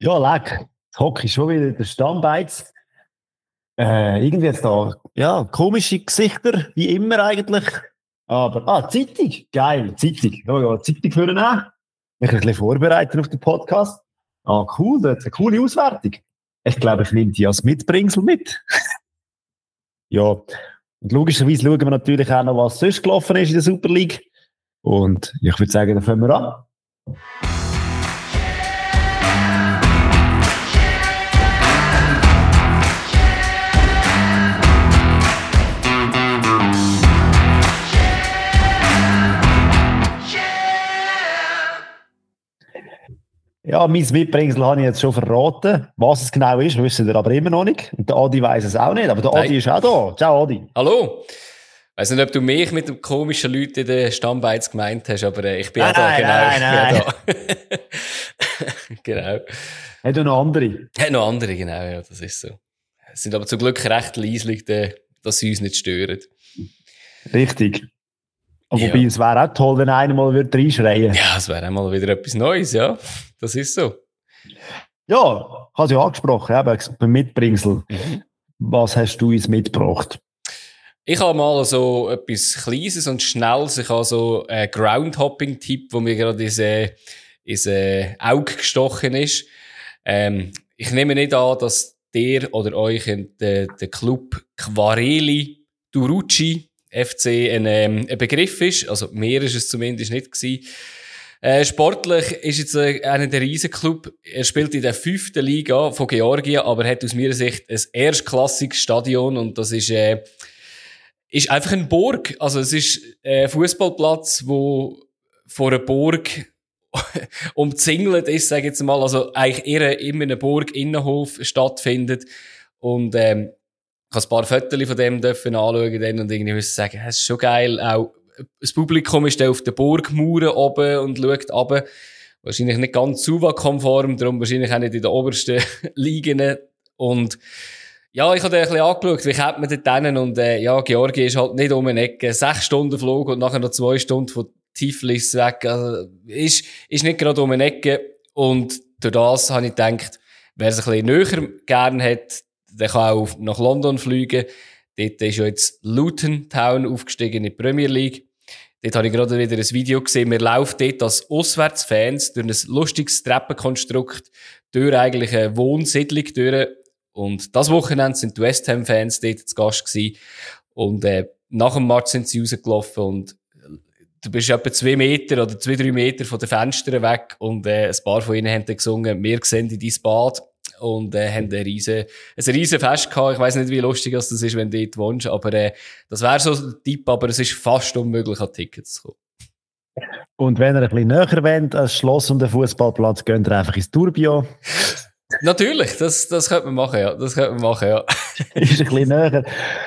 Ja, leck. Das Hockey ist schon wieder der Stammbeiz. Irgendwie jetzt da, ja, komische Gesichter, wie immer eigentlich. Aber, Zeitung. Geil, Zeitung. Ja, Zeitung für einen an. Mich ein bisschen vorbereiten auf den Podcast. Cool, das ist eine coole Auswertung. Ich glaube, ich nehme die als Mitbringsel mit. Ja, und logischerweise schauen wir natürlich auch noch, was sonst gelaufen ist in der Super League. Und ich würde sagen, dann fangen wir an. Ja, mein Mitbringsel habe ich jetzt schon verraten. Was es genau ist, wissen wir aber immer noch nicht. Und der Adi weiss es auch nicht, aber der Adi ist auch da. Ciao, Adi. Hallo. Ich weiss nicht, ob du mich mit den komischen Leuten in den Stammbeiz gemeint hast, aber ich bin auch da, genau. Nein. Genau. Hat ja noch andere. Hat noch andere, genau, ja, das ist so. Es sind aber zum Glück recht leislich, dass sie uns nicht stören. Richtig. Wobei, es wäre auch toll, wenn einer mal reinschreien würde. Ja, es wäre einmal wieder etwas Neues, ja. Das ist so. Ja, ich habe es ja angesprochen, eben, beim Mitbringsel. Was hast du uns mitgebracht? Ich habe mal so etwas Kleines und Schnelles. Ich habe so einen Groundhopping-Tipp, der mir gerade ins Auge gestochen ist. Ich nehme nicht an, dass der oder euch der Club Quareli Durucci FC ein Begriff ist. Also mehr ist es zumindest nicht gewesen. Sportlich ist jetzt einer der Riesenclub. Er spielt in der 5. Liga von Georgien, aber hat aus meiner Sicht ein erstklassiges Stadion und das ist einfach eine Burg. Also es ist ein Fußballplatz, wo vor einer Burg umzingelt ist, sage ich jetzt mal. Also eigentlich eher in einem Burg-Innenhof stattfindet und ich habe ein paar Fotos von dem dürfen anschauen und irgendwie müssen sagen, es ist schon geil. Auch das Publikum ist da auf der Burgmauern oben und schaut runter. Wahrscheinlich nicht ganz Suva-konform, darum wahrscheinlich auch nicht in den obersten Ligen. Und ja, ich habe da ein bisschen angeschaut, wie kommt man dort hin? Und ja, Georgien ist halt nicht um eine Ecke. 6 Stunden Flug und nachher noch 2 Stunden von Tiflis weg. Also ist nicht gerade um eine Ecke. Und durch das habe ich gedacht, wer es ein bisschen näher gerne hat, der kann auch nach London fliegen. Dort ist ja jetzt Luton Town aufgestiegen in die Premier League. Dort habe ich gerade wieder ein Video gesehen. Wir laufen dort als Auswärtsfans durch ein lustiges Treppenkonstrukt durch eigentlich eine Wohnsiedlung durch. Und das Wochenende sind die West Ham-Fans dort zu Gast gewesen. Und nach dem Match sind sie rausgelaufen und du bist etwa 2 Meter oder 2-3 Meter von den Fenstern weg und ein paar von ihnen haben dann gesungen, wir sehen in dein Bad und haben ein riesen Fest gehabt. Ich weiss nicht, wie lustig das ist, wenn du dort wohnst, aber das wäre so ein Tipp, aber es ist fast unmöglich, an Tickets zu kommen. Und wenn ihr ein bisschen näher wollt, als Schloss und den Fußballplatz, geht ihr einfach ins Tourbillon. Natürlich, das könnte man machen, ja. Das könnte man machen, ja. Ist ein bisschen näher.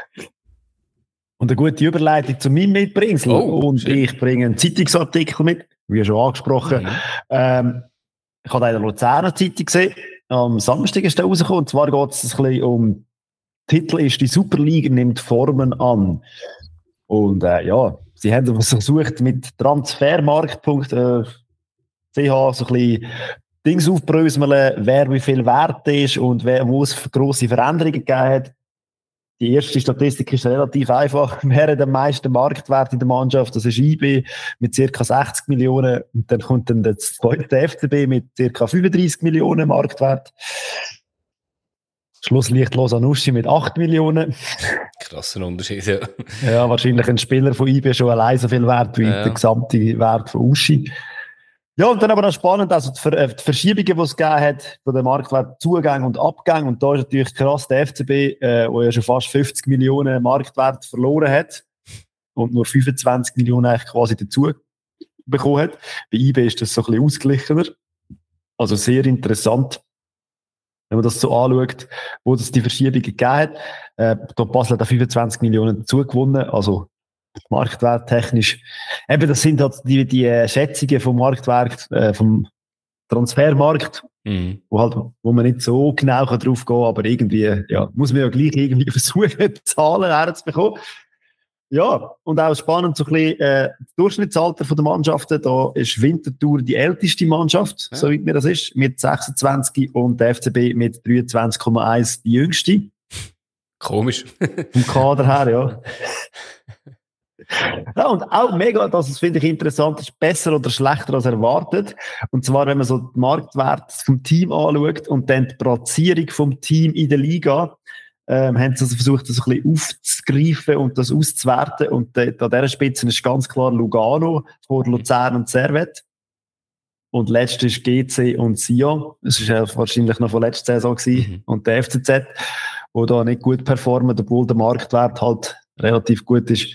Und eine gute Überleitung zu meinem Mitbringsel. Und schön. Ich bringe einen Zeitungsartikel mit, wie schon angesprochen. Ich habe in der Luzerner Zeitung gesehen. Am Samstag ist der rausgekommen. Und zwar geht es ein bisschen um, der Titel ist «Die Superliga nimmt Formen an». Und ja, sie haben versucht, mit Transfermarkt.ch so ein bisschen Dings aufbröseln, wer wie viel wert ist und wo es grosse Veränderungen gegeben hat. Die erste Statistik ist relativ einfach. Wer hat den meisten Marktwert in der Mannschaft? Das ist IB mit ca. 60 Millionen. Und dann kommt dann der zweite FCB mit ca. 35 Millionen Marktwert. Schlusslicht Lausanne-Uschi mit 8 Millionen. Krasser Unterschied, ja. Ja, wahrscheinlich ein Spieler von IB schon allein so viel wert wie der gesamte Wert von Uschi. Ja, und dann aber noch spannend, also die Verschiebungen, die es gegeben hat, von den Marktwertzugängen und Abgängen. Und da ist natürlich krass der FCB, der ja schon fast 50 Millionen Marktwert verloren hat und nur 25 Millionen eigentlich quasi dazu bekommen hat. Bei IB ist das so ein bisschen ausgeglichener. Also sehr interessant, wenn man das so anschaut, wo es die Verschiebungen gegeben hat. Da Basel hat 25 Millionen dazu gewonnen, also Marktwert technisch. Eben, das sind halt die Schätzungen vom Marktwert, vom Transfermarkt, wo man nicht so genau drauf gehen kann, aber irgendwie, ja, muss man ja gleich irgendwie versuchen, Zahlen herzubekommen. Ja, und auch spannend, so ein bisschen, das Durchschnittsalter der Mannschaften. Da ist Winterthur die älteste Mannschaft, ja. Soweit mir das ist, mit 26 und der FCB mit 23,1 die jüngste. Komisch. Vom Kader her, ja. Ja, und auch mega, das finde ich interessant, ist besser oder schlechter als erwartet. Und zwar, wenn man so den Marktwert vom Team anschaut und dann die Platzierung vom Team in der Liga, haben sie also versucht, das ein bisschen aufzugreifen und das auszuwerten. Und an dieser Spitze ist ganz klar Lugano vor Luzern und Servette. Und letztes ist GC und Sion. Das ist ja wahrscheinlich noch von letzter Saison gewesen. Und der FCZ, wo da nicht gut performen, obwohl der Marktwert halt relativ gut ist.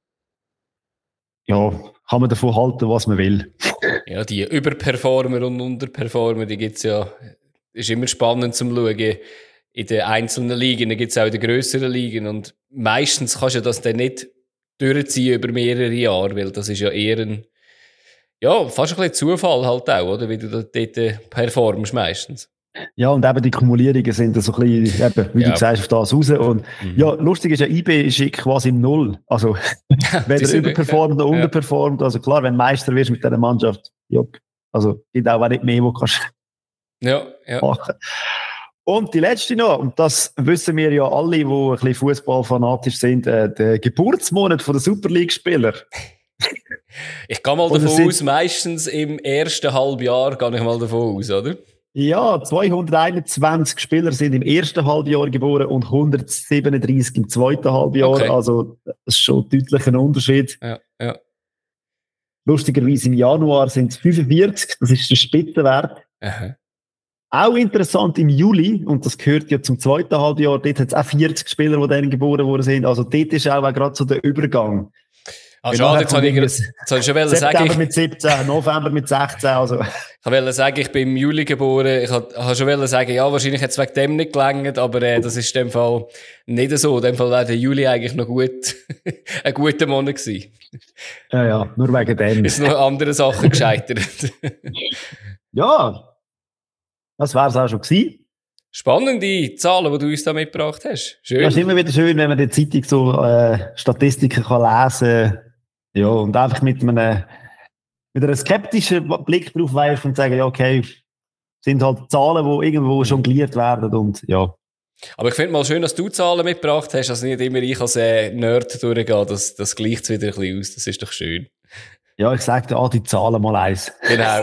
Ja, kann man davon halten, was man will. Ja, die Überperformer und Unterperformer, die gibt's ja, ist immer spannend zum Schauen. In den einzelnen Ligen, da gibt's auch in den grösseren Ligen. Und meistens kannst du das dann nicht durchziehen über mehrere Jahre, weil das ist ja eher ein, ja, fast ein bisschen Zufall halt auch, oder? Wie du dort performst meistens. Ja, und eben die Kumulierungen sind so ein bisschen, eben, wie du sagst, auf das raus. Und ja, lustig ist ja, IB ist quasi im Null. Also, wenn er überperformt oder unterperformt, also klar, wenn du Meister wirst mit dieser Mannschaft, ja, also, gibt auch nicht mehr, wo kannst machen. Und die letzte noch, und das wissen wir ja alle, die ein bisschen fußballfanatisch sind, der Geburtsmonat der Super League-Spieler. Ich gehe mal davon aus, meistens im ersten Halbjahr gehe ich mal davon aus, oder? Ja, 221 Spieler sind im ersten Halbjahr geboren und 137 im zweiten Halbjahr. Okay. Also, das ist schon deutlich ein Unterschied. Ja. Lustigerweise im Januar sind es 45, das ist der Spitzenwert. Aha. Auch interessant im Juli, und das gehört ja zum zweiten Halbjahr, dort hat es auch 40 Spieler, die dann geboren worden sind. Also dort ist auch gerade so der Übergang. Schade, jetzt habe ich schon sagen. September mit 17, November mit 16, also. Ich wollte sagen, ich bin im Juli geboren. Ich habe schon sagen, ja, wahrscheinlich hat es wegen dem nicht gelangt, aber das ist in dem Fall nicht so. In dem Fall wäre der Juli eigentlich noch gut, ein guter Monat gewesen. Ja, nur wegen dem. Ist noch andere Sachen gescheitert. Ja. Das wäre es auch schon gewesen. Spannende Zahlen, die du uns da mitgebracht hast. Schön. Ja, ist immer wieder schön, wenn man in der Zeitung so Statistiken kann lesen kann. Ja, und einfach mit einem skeptischen Blick drauf werfen und sagen, ja, okay, sind halt Zahlen, die irgendwo jongliert werden und ja. Aber ich finde mal schön, dass du Zahlen mitgebracht hast, also nicht immer ich als Nerd durchgehe, das gleicht es wieder ein bisschen aus, das ist doch schön. Ja, ich sag dir, die Zahlen mal eins. Genau.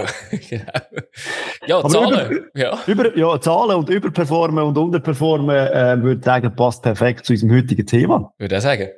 Ja, aber Zahlen. Zahlen und überperformen und unterperformen, würde ich sagen, passt perfekt zu unserem heutigen Thema. Würde ich sagen.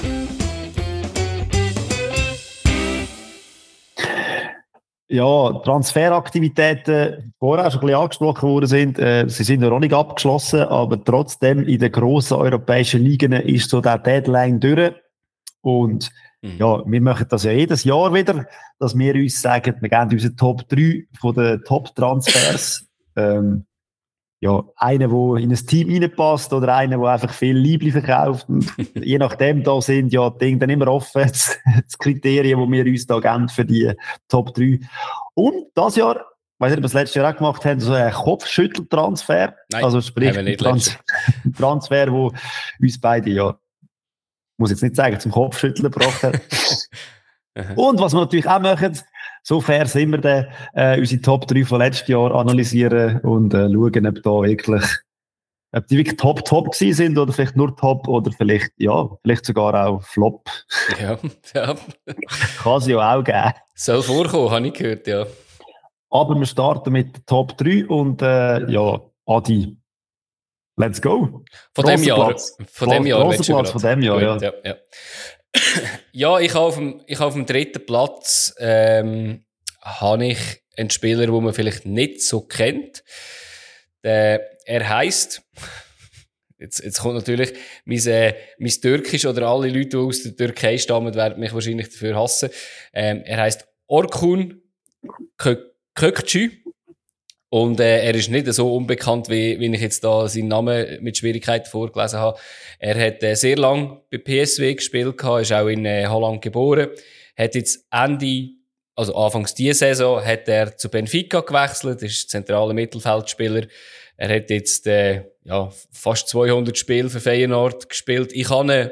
Ja, Transferaktivitäten, vorher schon ein bisschen angesprochen worden sind, sie sind noch nicht abgeschlossen, aber trotzdem in den grossen europäischen Ligen ist so der Deadline durch. Und ja, wir machen das ja jedes Jahr wieder, dass wir uns sagen, wir geben unsere Top 3 von den Top-Transfers. Ja, einer, der in ein Team reinpasst oder einer, der einfach viel Liebling verkauft. Und je nachdem, da sind ja die Dinge dann immer offen, das Kriterien, die wir uns da geben für die Top 3. Und das Jahr, ich weiss nicht, ob wir das letztes Jahr auch gemacht haben, so ein Kopfschütteltransfer. Nein, also sprich, ein Transfer, wo uns beide ja, muss jetzt nicht sagen, zum Kopfschütteln gebracht hat. Und was wir natürlich auch machen, so fair sind wir dann, unsere Top 3 von letztes Jahr analysieren und schauen, ob die wirklich top gewesen sind oder vielleicht nur top oder vielleicht sogar auch flop. Ja. Kann es ja auch geben. Soll vorkommen, habe ich gehört, ja. Aber wir starten mit der Top 3 und Adi, let's go. Von dem Jahr. Von dem Jahr, ja. Ja, ich habe auf dem dritten Platz habe ich einen Spieler, den man vielleicht nicht so kennt. Er heisst, jetzt kommt natürlich mein Türkisch oder alle Leute, die aus der Türkei stammen, werden mich wahrscheinlich dafür hassen. Er heisst Orkun Kökçü. Und er ist nicht so unbekannt, wie ich jetzt da seinen Namen mit Schwierigkeiten vorgelesen habe. Er hat sehr lang bei PSV gespielt, ist auch in Holland geboren, hat jetzt anfangs dieser Saison hat er zu Benfica gewechselt, ist zentraler Mittelfeldspieler. Er hat jetzt fast 200 Spiele für Feyenoord gespielt. Ich habe ihn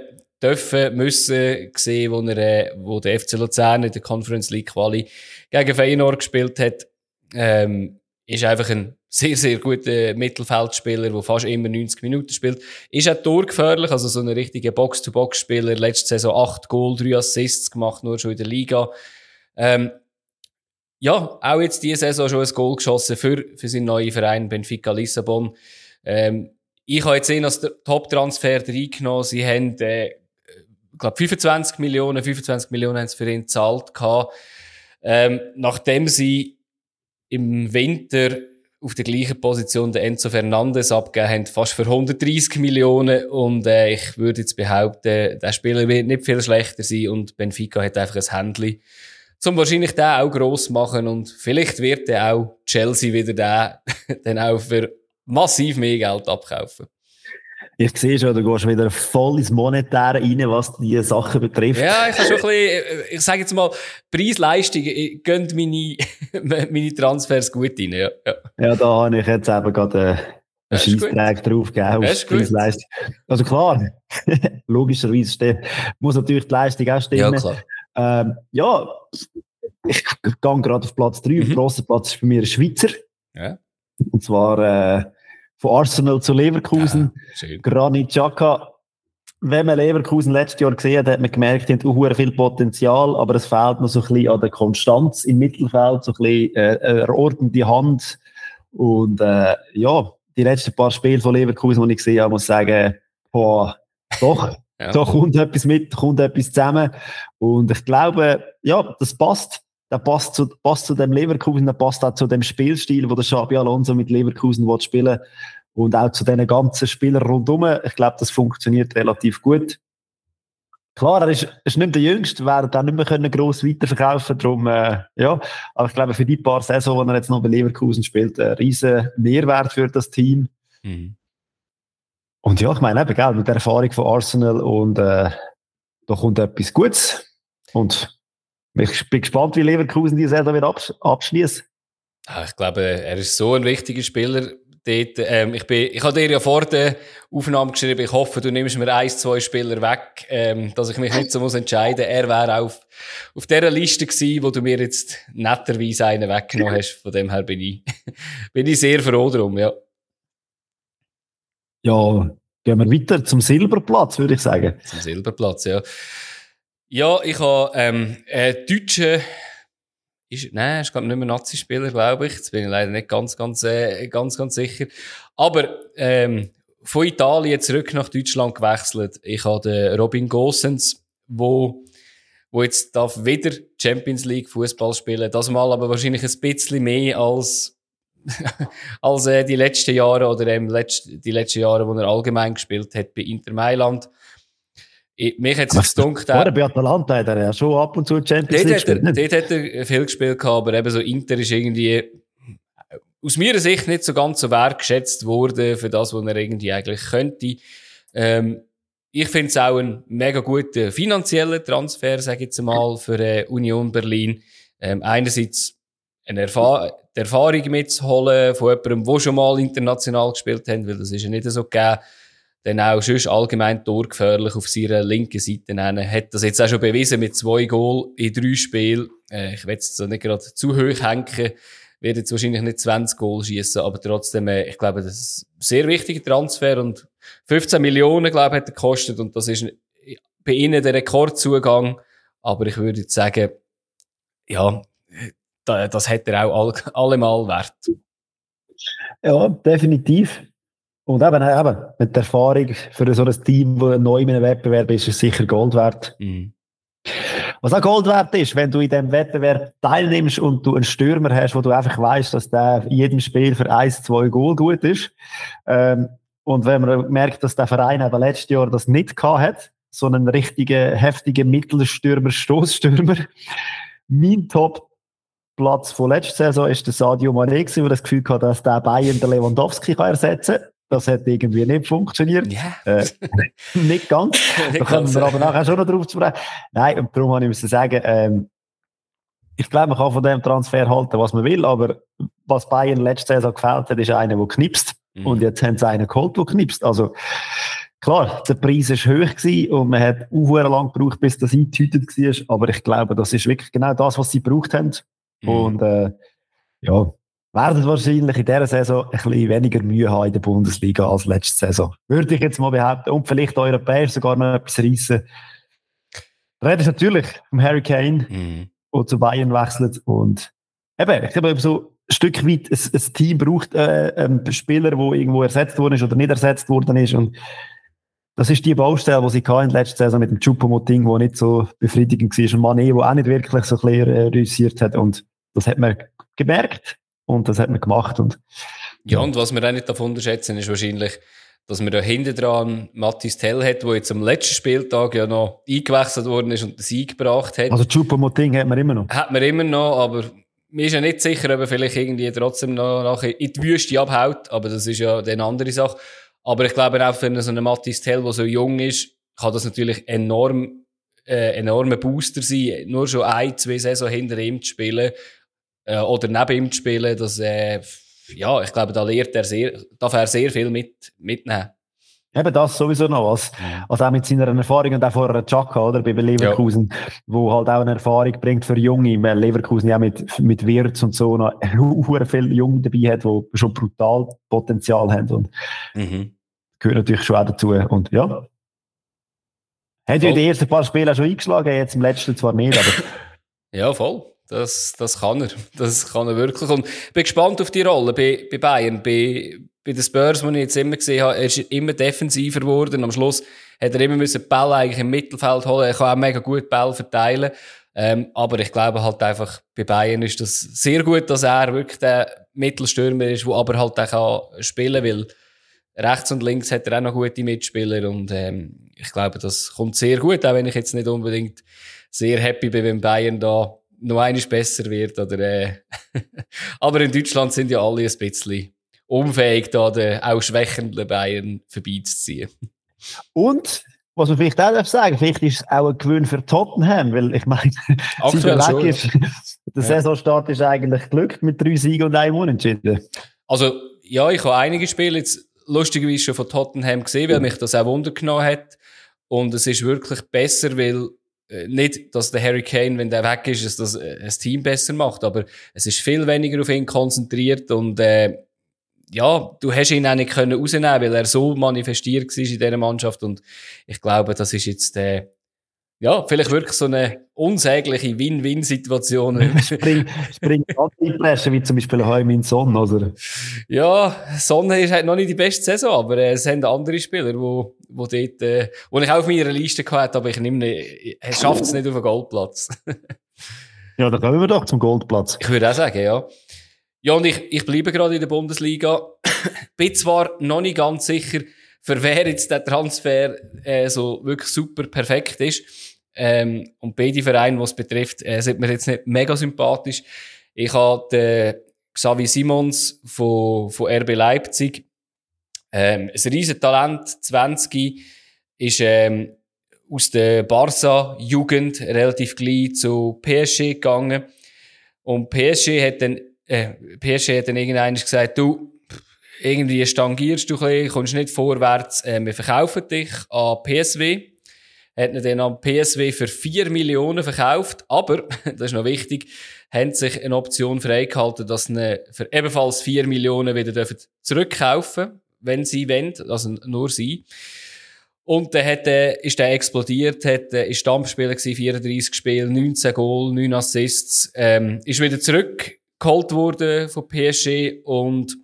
müssen sehen, wo der FC Luzern in der Conference League Quali gegen Feyenoord gespielt hat. Ist einfach ein sehr, sehr guter Mittelfeldspieler, der fast immer 90 Minuten spielt. Ist auch torgefährlich, also so ein richtiger Box-to-Box-Spieler. Letzte Saison 8 Goal, 3 Assists gemacht, nur schon in der Liga. Ja, auch jetzt diese Saison schon ein Goal geschossen für seinen neuen Verein Benfica Lissabon. Ich habe jetzt sehen, als der Top-Transfer reingenommen. Sie haben, glaube 25 Millionen haben sie für ihn gezahlt gehabt. Nachdem sie im Winter auf der gleichen Position den Enzo Fernandes abgegeben haben, fast für 130 Millionen. Und ich würde jetzt behaupten, der Spieler wird nicht viel schlechter sein und Benfica hat einfach ein Händchen, um wahrscheinlich den auch gross machen und vielleicht wird dann auch Chelsea wieder den dann auch für massiv mehr Geld abkaufen. Ich sehe schon, du gehst wieder voll ins Monetäre rein, was diese Sachen betrifft. Ja, ich habe schon ein bisschen, ich sage jetzt mal, Preis-Leistung gönnt meine Transfers gut rein, ja. Ja, da habe ich jetzt eben gerade einen Scheisstag drauf gegeben, auf Preis-Leistung. Also klar, logischerweise muss natürlich die Leistung auch stimmen. Ja, klar. Ja, ich gehe gerade auf Platz 3. Auf dem grossen Platz ist bei mir ein Schweizer. Ja. Und zwar von Arsenal zu Leverkusen. Granit Xhaka. Wenn man Leverkusen letztes Jahr gesehen hat, hat man gemerkt, die haben viel Potenzial, aber es fehlt noch so ein bisschen an der Konstanz im Mittelfeld, so ein bisschen eine ordnende Hand. Und ja, die letzten paar Spiele von Leverkusen, die ich gesehen habe, muss ich sagen, boah, doch. Ja. Da kommt etwas mit, kommt etwas zusammen. Und ich glaube, ja, das passt. Der passt zu dem Leverkusen, der passt auch zu dem Spielstil, wo der Xabi Alonso mit Leverkusen spielen will. Und auch zu diesen ganzen Spielern rundherum. Ich glaube, das funktioniert relativ gut. Klar, er ist nicht der Jüngste, werden auch nicht mehr gross weiterverkaufen können. Darum, ja. Aber ich glaube, für die paar Saison, die er jetzt noch bei Leverkusen spielt, ein riesen Mehrwert für das Team. Mhm. Und ja, ich meine eben, gell, mit der Erfahrung von Arsenal und da kommt etwas Gutes. Und ich bin gespannt, wie Leverkusen diese Saison wird abschließen. Ich glaube, er ist so ein wichtiger Spieler. Dort, ich habe dir ja vor der Aufnahme geschrieben, ich hoffe, du nimmst mir 1-2 Spieler weg, dass ich mich nicht so muss entscheiden. Er wäre auf dieser Liste gewesen, wo du mir jetzt netterweise einen weggenommen hast. Von dem her bin ich sehr froh drum, ja. Ja, gehen wir weiter zum Silberplatz, würde ich sagen. Zum Silberplatz, ja. Ja, ich habe Deutsche, ist glaube ich nicht mehr Nazi-Spieler, glaube ich. Jetzt bin ich leider nicht ganz sicher. Aber von Italien zurück nach Deutschland gewechselt. Ich habe den Robin Gosens, wo jetzt darf wieder Champions League Fußball spielen. Das mal aber wahrscheinlich ein bisschen mehr als die letzten Jahre oder die letzten Jahre, wo er allgemein gespielt hat bei Inter Mailand. Mich hat es gedacht, bei Atalanta hat er ja schon ab und zu Champions League gespielt. Dort hat er viel gespielt, aber eben so Inter ist irgendwie aus meiner Sicht nicht so ganz so wertgeschätzt worden für das, was er irgendwie eigentlich könnte. Ich finde es auch ein mega guter finanzieller Transfer, sage ich jetzt mal, für Union Berlin. Einerseits die Erfahrung mitzuholen von jemandem, der schon mal international gespielt hat, weil das ist ja nicht so gegeben. Dann auch sonst allgemein torgefährlich auf seiner linken Seite nennen. Hat das jetzt auch schon bewiesen mit 2 Goal in 3 Spielen. Ich will jetzt so nicht gerade zu hoch hängen. Wird jetzt wahrscheinlich nicht 20 Goal schießen, aber trotzdem, ich glaube, das ist ein sehr wichtiger Transfer und 15 Millionen, glaube ich, hat er gekostet und das ist bei ihnen der Rekordzugang. Aber ich würde jetzt sagen, ja, das hat er auch allemal wert. Ja, definitiv. Und eben mit der Erfahrung für so ein Team, das neu in einem Wettbewerb ist, ist sicher Gold wert. Mhm. Was auch Gold wert ist, wenn du in diesem Wettbewerb teilnimmst und du einen Stürmer hast, wo du einfach weißt, dass der in jedem Spiel für 1-2 Goal gut ist. Und wenn man merkt, dass der Verein eben letztes Jahr das nicht gehabt hat, so einen richtigen, heftigen Mittelstürmer, Stoßstürmer. Mein Top-Platz von letzter Saison ist der Sadio Mané gewesen, wo das Gefühl hatte, dass der Bayern den Lewandowski ersetzen kann. Das hat irgendwie nicht funktioniert. Yeah. Nicht ganz. Da können wir aber nachher schon noch drauf sprechen. Nein, und darum habe ich müssen sagen, ich glaube, man kann von dem Transfer halten, was man will, aber was Bayern letzte Saison gefällt hat, ist einer, der knipst. Mhm. Und jetzt haben sie einen geholt, der knipst. Also, klar, der Preis war hoch gewesen und man hat auch lang gebraucht, bis das eingetütet war. Aber ich glaube, das ist wirklich genau das, was sie gebraucht haben. Und ja, werden wahrscheinlich in dieser Saison ein bisschen weniger Mühe haben in der Bundesliga als letzte Saison. Würde ich jetzt mal behaupten. Und vielleicht europäisch sogar noch etwas reissen. Redest natürlich vom Harry Kane, der zu Bayern wechselt. Und eben, ich glaube, so ein Stück weit ein Team braucht einen Spieler, der irgendwo ersetzt worden ist oder nicht ersetzt worden ist. Und das ist die Baustelle, die sie in der letzten Saison mit dem Choupo-Moting, der nicht so befriedigend war. Und Mané, der auch nicht wirklich so ein bisschen reüssiert hat. Und das hat man gemerkt und das hat man gemacht. Und, ja, und was wir auch nicht davon unterschätzen, ist wahrscheinlich, dass man da hinten dran Mathis Tell hat, der jetzt am letzten Spieltag ja noch eingewechselt worden ist und den Sieg gebracht hat. Also Choupo-Moting hat man immer noch. Hat man immer noch, aber mir ist ja nicht sicher, ob er vielleicht irgendwie trotzdem noch nachher in die Wüste abhaut, aber das ist ja eine andere Sache. Aber ich glaube auch für so einen Mathis Tell, der so jung ist, kann das natürlich enormer Booster sein, nur schon 1-2 Saison hinter ihm zu spielen, oder neben ihm zu spielen, dass, ja, ich glaube, da darf er sehr viel mitnehmen. Eben das sowieso noch, als auch mit seiner Erfahrung und auch vorher Xhaka, oder, bei Leverkusen, wo halt auch eine Erfahrung bringt für Junge, weil Leverkusen ja mit Wirtz und so noch viele Junge dabei hat, die schon brutal Potenzial haben und gehört natürlich schon auch dazu. Und ja, hat ja die ersten paar Spiele auch schon eingeschlagen, jetzt im letzten zwar nicht, aber... Ja, voll. Das kann er. Das kann er wirklich. Und ich bin gespannt auf die Rolle bei Bayern. Bei den Spurs, die ich jetzt immer gesehen habe, er ist immer defensiver geworden. Am Schluss hat er immer müssen die Bälle eigentlich im Mittelfeld holen. Er kann auch mega gut Bälle verteilen. Aber ich glaube halt einfach, bei Bayern ist das sehr gut, dass er wirklich der Mittelstürmer ist, der aber halt auch spielen kann, weil rechts und links hat er auch noch gute Mitspieler und ich glaube, das kommt sehr gut, auch wenn ich jetzt nicht unbedingt sehr happy bin, wenn Bayern da noch einiges besser wird. Oder, aber in Deutschland sind ja alle ein bisschen unfähig, da den auch schwächenden Bayern vorbeizuziehen. Und, was man vielleicht auch sagen darf, vielleicht ist es auch ein Gewinn für Tottenham, weil ich meine, aktuell schon, ist, der Saisonstart ist eigentlich glückt mit 3 Siegen und 1 Unentschieden. Also, ja, ich habe einige Spiele jetzt lustigerweise schon von Tottenham gesehen, weil mich das auch Wunder genommen hat. Und es ist wirklich besser, weil nicht, dass der Harry Kane, wenn der weg ist, dass das ein Team besser macht, aber es ist viel weniger auf ihn konzentriert und ja, du hast ihn auch nicht können rausnehmen, weil er so manifestiert war in dieser Mannschaft und ich glaube, das ist jetzt ja, vielleicht wirklich so eine unsägliche Win-Win-Situation. Springt Antriebspreschen, wie zum Beispiel Heung-Min Son, oder? Ja, Son hat noch nicht die beste Saison, aber es haben andere Spieler, wo dort, wo ich auch auf meiner Liste hatte, aber er schafft es nicht auf den Goldplatz. Ja, dann kommen wir doch zum Goldplatz. Ich würde auch sagen, ja. Ja, und ich bleibe gerade in der Bundesliga. Bin zwar noch nicht ganz sicher, für wer jetzt der Transfer so wirklich super perfekt ist. Und beide Vereine, die es betrifft, sind mir jetzt nicht mega sympathisch. Ich habe den Xavi Simons von RB Leipzig. Ein riesen Talent, 20, ist aus der Barca-Jugend relativ gleich zu PSG gegangen. Und PSG hat dann irgendwann gesagt, du, irgendwie stangierst du ein bisschen, kommst nicht vorwärts, wir verkaufen dich an PSW. Hat ihn dann an PSW für 4 Millionen verkauft, aber, das ist noch wichtig, haben sich eine Option freigehalten, dass sie für ebenfalls 4 Millionen wieder zurückkaufen, wenn sie wollen, also nur sie. Und dann ist der explodiert, ist Stammspieler gewesen, 34 Spiele, 19 Goal, 9 Assists, ist wieder zurückgeholt worden von PSG und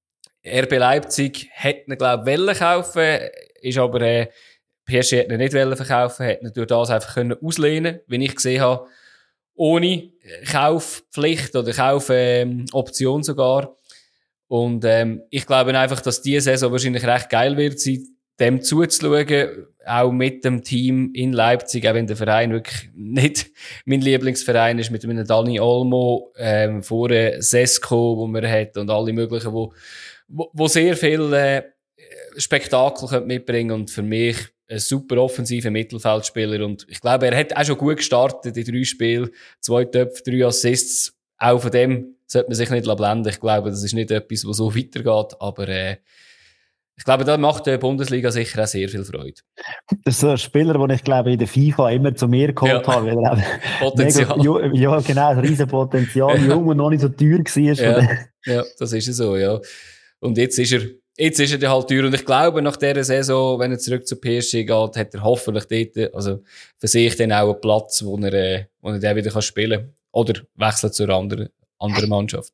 RB Leipzig hätte ihn, glaube ich, wollen kaufen, ist aber, PSG hätte ihn nicht wollen verkaufen, hätte ihn durch das einfach auslehnen, wie ich gesehen habe, ohne Kaufpflicht oder Kaufoption sogar. Und ich glaube einfach, dass diese Saison wahrscheinlich recht geil wird sein, dem zuzuschauen, auch mit dem Team in Leipzig, auch wenn der Verein wirklich nicht mein Lieblingsverein ist, mit einem Dani Olmo, vorher Sesko, wo man hat und alle möglichen, wo sehr viel Spektakel mitbringen und für mich ein super offensiver Mittelfeldspieler und ich glaube, er hat auch schon gut gestartet in 3 Spielen, 2 Töpfe, 3 Assists, auch von dem sollte man sich nicht blenden. Ich glaube, das ist nicht etwas, was so weitergeht, aber ich Ich glaube, da macht die Bundesliga sicher auch sehr viel Freude. Das ist so ein Spieler, den ich glaube in der FIFA immer zu mir geholt habe. Weil er Potenzial. Ja, genau, ein riesen Potenzial. Jung und noch nicht so teuer war. Ja, das ist so, ja. Und jetzt ist er dann halt teuer. Und ich glaube, nach dieser Saison, wenn er zurück zur PSG geht, hat er hoffentlich dort, also für sich dann auch einen Platz, wo er dann wieder spielen kann. Oder wechselt zu einer anderen Mannschaft.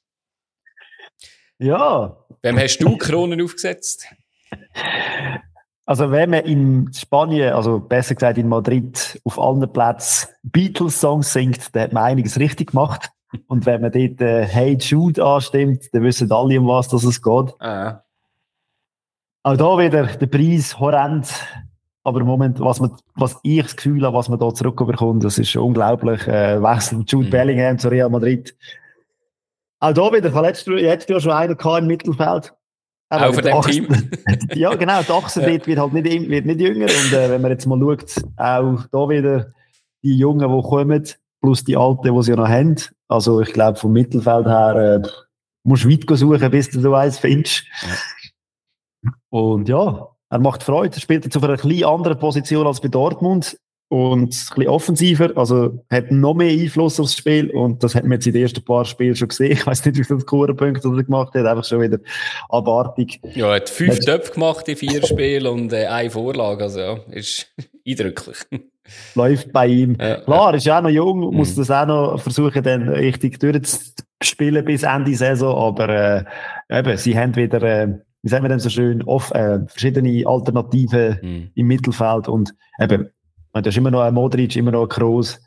Ja. Wem hast du Kronen aufgesetzt? Also wenn man in Spanien, also besser gesagt in Madrid, auf allen Plätzen Beatles-Songs singt, dann hat man einiges richtig gemacht. Und wenn man dort Hey Jude anstimmt, dann wissen alle, um was es geht. Ah. Auch da wieder der Preis horrend. Aber im Moment, was ich das Gefühl habe, was man da zurückbekommt, das ist unglaublich. Wechsel Jude Bellingham zu Real Madrid. Auch da wieder, ich habe letztes Jahr schon einen im Mittelfeld. Auch von dem Team? Ja, genau, die Achse wird halt nicht jünger. Und wenn man jetzt mal schaut, auch da wieder die Jungen, die kommen, plus die Alten, die sie ja noch haben. Also ich glaube, vom Mittelfeld her musst du weit suchen, bis du so eins findest. Ja. Und ja, er macht Freude. Er spielt jetzt auf einer etwas anderen Position als bei Dortmund. Und ein bisschen offensiver, also hat noch mehr Einfluss aufs Spiel und das hat man jetzt in den ersten paar Spielen schon gesehen. Ich weiss nicht, wie viele Scorepunkte er gemacht hat, einfach schon wieder abartig. Ja, er hat 5 Töpfe gemacht in 4 Spielen und eine Vorlage, also ja, ist eindrücklich. Läuft bei ihm. Ja, klar, ist ja auch noch jung, muss das auch noch versuchen, dann richtig durchzuspielen bis Ende Saison, aber eben, sie haben wieder, wie sagen wir denn so schön, verschiedene Alternativen im Mittelfeld und eben, da ist immer noch ein Modric, immer noch ein Kroos.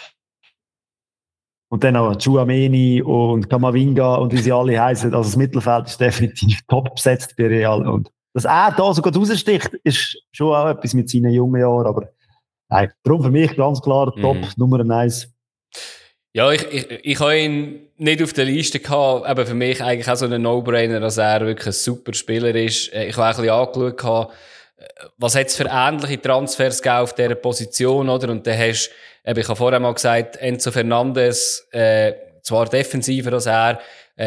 Und dann noch Tchouaméni und Camavinga und wie sie alle heißen. Also das Mittelfeld ist definitiv top besetzt bei Real. Und dass er da sogar raussticht, ist schon auch etwas mit seinen jungen Jahren. Aber nein, darum für mich ganz klar Top Nummer 1. Ja, ich habe ihn nicht auf der Liste gehabt, aber für mich eigentlich auch so ein No-Brainer, dass er wirklich ein super Spieler ist. Ich habe auch ein bisschen angeschaut, was hat es für ähnliche Transfers gegeben auf dieser Position, oder? Und dann hast ich habe vorher mal gesagt, Enzo Fernandes, zwar defensiver als er,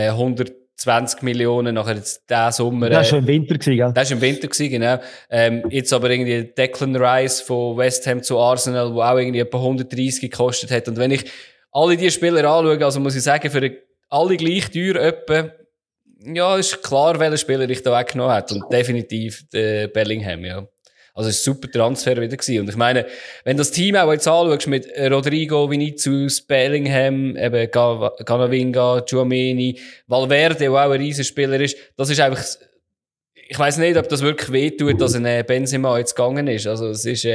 120 Millionen, nachher jetzt diesen Sommer. Das war schon im Winter gewesen, gell? Das war im Winter gewesen, genau. Jetzt aber irgendwie Declan Rice von West Ham zu Arsenal, wo auch irgendwie etwa 130 gekostet hat. Und wenn ich alle diese Spieler anschaue, also muss ich sagen, für alle gleich teuer etwa, ja, ist klar, welcher Spieler ich da weggenommen habe. Und definitiv der Bellingham, ja. Also, es war ein super Transfer wieder gewesen. Und ich meine, wenn das Team auch jetzt anschaust mit Rodrigo, Vinicius, Bellingham, eben Camavinga, Tchouaméni, Valverde, der auch ein Riesenspieler ist, das ist einfach, ich weiss nicht, ob das wirklich wehtut, dass ein Benzema jetzt gegangen ist. Also, es ist,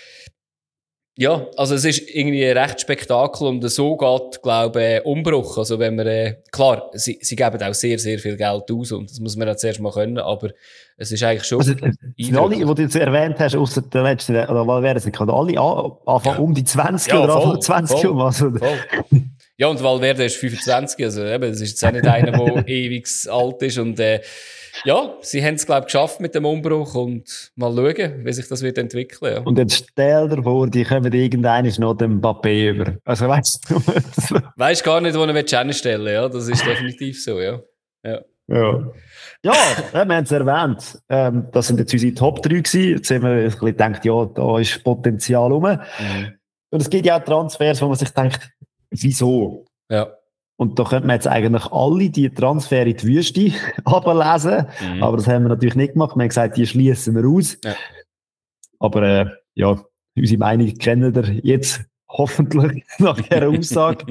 ja, also es ist irgendwie ein recht Spektakel und so geht, glaube ich, Umbruch. Also wenn man, klar, sie geben auch sehr, sehr viel Geld aus und das muss man auch zuerst mal können, aber es ist eigentlich schon also, alle, die du jetzt erwähnt hast, ausser der letzten, oder was wäre es nicht, alle anfangen um die 20 oder Anfang 20 voll, also. Voll. Ja, und Valverde ist 25, also eben, das ist jetzt auch nicht einer, der ewig alt ist und ja, sie haben es, glaube ich, geschafft mit dem Umbruch und mal schauen, wie sich das wird entwickeln. Ja. Und jetzt stell dir vor, die kommen irgendwann noch dem Mbappé über. Also weißt du? Weißt gar nicht, wo er hinstellen will, ja. Das ist definitiv so, ja. Ja, wir haben es erwähnt. Das sind jetzt unsere Top 3 gewesen. Jetzt haben wir ein bisschen gedacht, ja, da ist Potenzial rum. Und es gibt ja auch Transfers, wo man sich denkt, wieso? Ja. Und da könnte man jetzt eigentlich alle die Transfer in die Wüste ablesen. Aber das haben wir natürlich nicht gemacht. Wir haben gesagt, die schließen wir aus. Ja. Aber ja, unsere Meinung kennen wir jetzt hoffentlich nach dieser Aussage.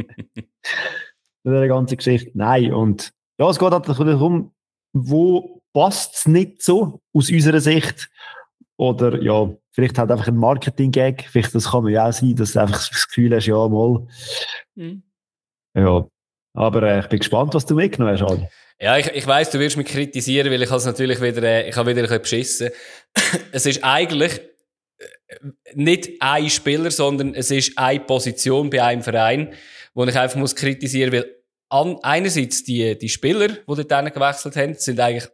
Der ganzen Geschichte. Nein. Und ja, es geht halt darum, wo passt es nicht so aus unserer Sicht? Oder ja, vielleicht halt einfach ein Marketing-Gag. Vielleicht das kann man ja auch sein, dass du einfach das Gefühl hast, ja, mal. Ja. Aber ich bin gespannt, was du mitgenommen hast, Adi. Ja, ich weiss, du wirst mich kritisieren, weil ich habe es natürlich wieder, ich habe wieder ein bisschen beschissen. Es ist eigentlich nicht ein Spieler, sondern es ist eine Position bei einem Verein, wo ich einfach muss kritisieren, weil einerseits die Spieler, die dort gewechselt haben, sind eigentlich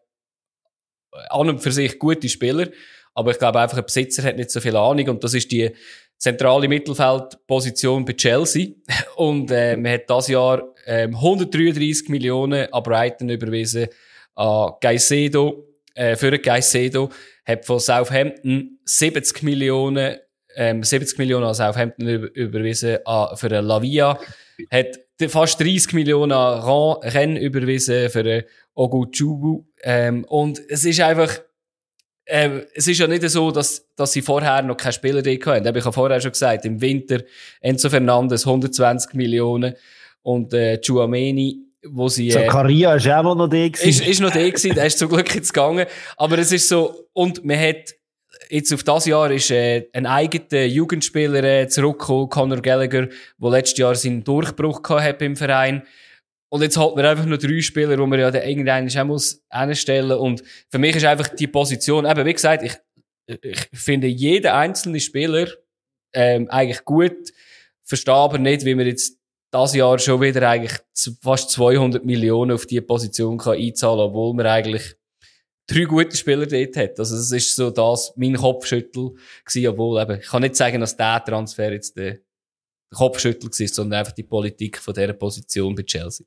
an und für sich gute Spieler, aber ich glaube einfach, ein Besitzer hat nicht so viel Ahnung und das ist die zentrale Mittelfeldposition bei Chelsea. Und man hat dieses Jahr 133 Millionen an Brighton überwiesen, an Caicedo, für Caicedo, hat von Southampton 70 Millionen an Southampton überwiesen für eine Lavia, hat fast 30 Millionen an Rennes überwiesen für eine Ogochubu, und es ist einfach, es ist ja nicht so, dass sie vorher noch keine Spieler drin hatten. Ich habe vorher schon gesagt, im Winter Enzo Fernandes 120 Millionen und Tchouaméni, wo sie... Zakaria ist auch noch da gewesen. Ist noch da gewesen, der ist zum Glück jetzt gegangen. Aber es ist so, und man hat jetzt auf das Jahr ist ein eigener Jugendspieler zurückgekommen, Conor Gallagher, der letztes Jahr seinen Durchbruch gehabt hat im Verein. Und jetzt hat man einfach nur 3 Spieler, die man ja dann irgendwann auch muss hinstellen. Und für mich ist einfach die Position, eben wie gesagt, ich finde jeden einzelnen Spieler eigentlich gut, verstehe aber nicht, wie man jetzt das Jahr schon wieder eigentlich fast 200 Millionen auf diese Position kann einzahlen, obwohl man eigentlich 3 gute Spieler dort hat. Also das ist so mein Kopfschüttel gewesen, obwohl eben, ich kann nicht sagen, dass der Transfer jetzt der Kopfschüttel war, sondern einfach die Politik von dieser Position bei Chelsea.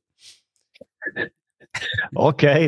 Okay.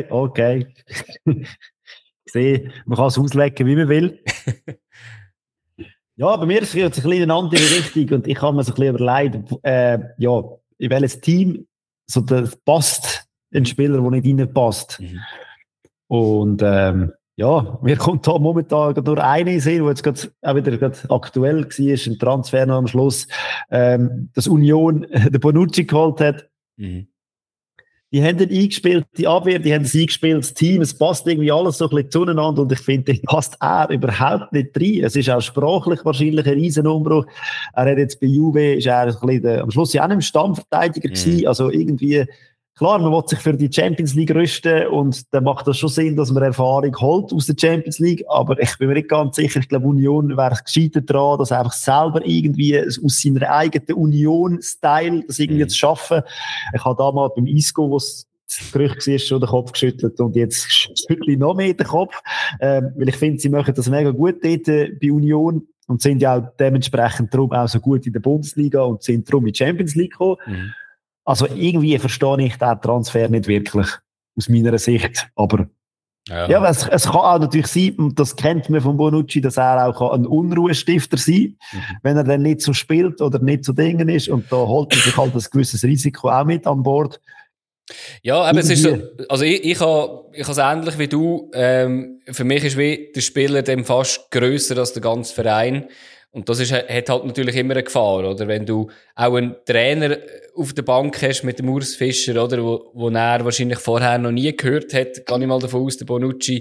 Ich sehe, man kann es auslegen, wie man will. Ja, bei mir ist es ein bisschen eine andere Richtung und ich habe mir so ein bisschen überlegt, in welches Team so das passt, ein Spieler, der nicht reinpasst. Mhm. Und mir kommt da momentan nur eine sehen, die jetzt auch wieder aktuell war, ein Transfer noch am Schluss, dass Union den Bonucci geholt hat. Mhm. Die haben den eingespielt, die Abwehr, die haben das eingespielt, das Team, es passt irgendwie alles so ein bisschen zueinander und ich finde, da passt er überhaupt nicht rein. Es ist auch sprachlich wahrscheinlich ein Riesenumbruch. Er hat jetzt bei Juve, ist er ein bisschen am Schluss ja auch nicht im Stammverteidiger gewesen, also irgendwie, klar, man will sich für die Champions League rüsten und dann macht das schon Sinn, dass man Erfahrung holt aus der Champions League, aber ich bin mir nicht ganz sicher, ich glaube, Union wäre gescheitert daran, dass er einfach selber irgendwie aus seiner eigenen Union-Style das irgendwie zu schaffen. Ich habe damals beim Isco, wo es das Gerücht war, schon den Kopf geschüttelt und jetzt schüttle ich noch mehr den Kopf, weil ich finde, sie machen das mega gut dort bei Union und sind ja auch dementsprechend darum auch so gut in der Bundesliga und sind darum in die Champions League gekommen. Mhm. Also irgendwie verstehe ich den Transfer nicht wirklich, aus meiner Sicht. Aber es kann auch natürlich sein, und das kennt man von Bonucci, dass er auch ein Unruhestifter sein kann, wenn er dann nicht so spielt oder nicht so Dingen ist. Und da holt er sich halt ein gewisses Risiko auch mit an Bord. Ja, aber es ist so, also ich habe es ähnlich wie du. Für mich ist wie der Spieler dem fast grösser als der ganze Verein. Und das hat halt natürlich immer eine Gefahr, oder? Wenn du auch einen Trainer auf der Bank hast mit dem Urs Fischer, oder? Wo er wahrscheinlich vorher noch nie gehört hat, gehe ich mal davon aus, der Bonucci.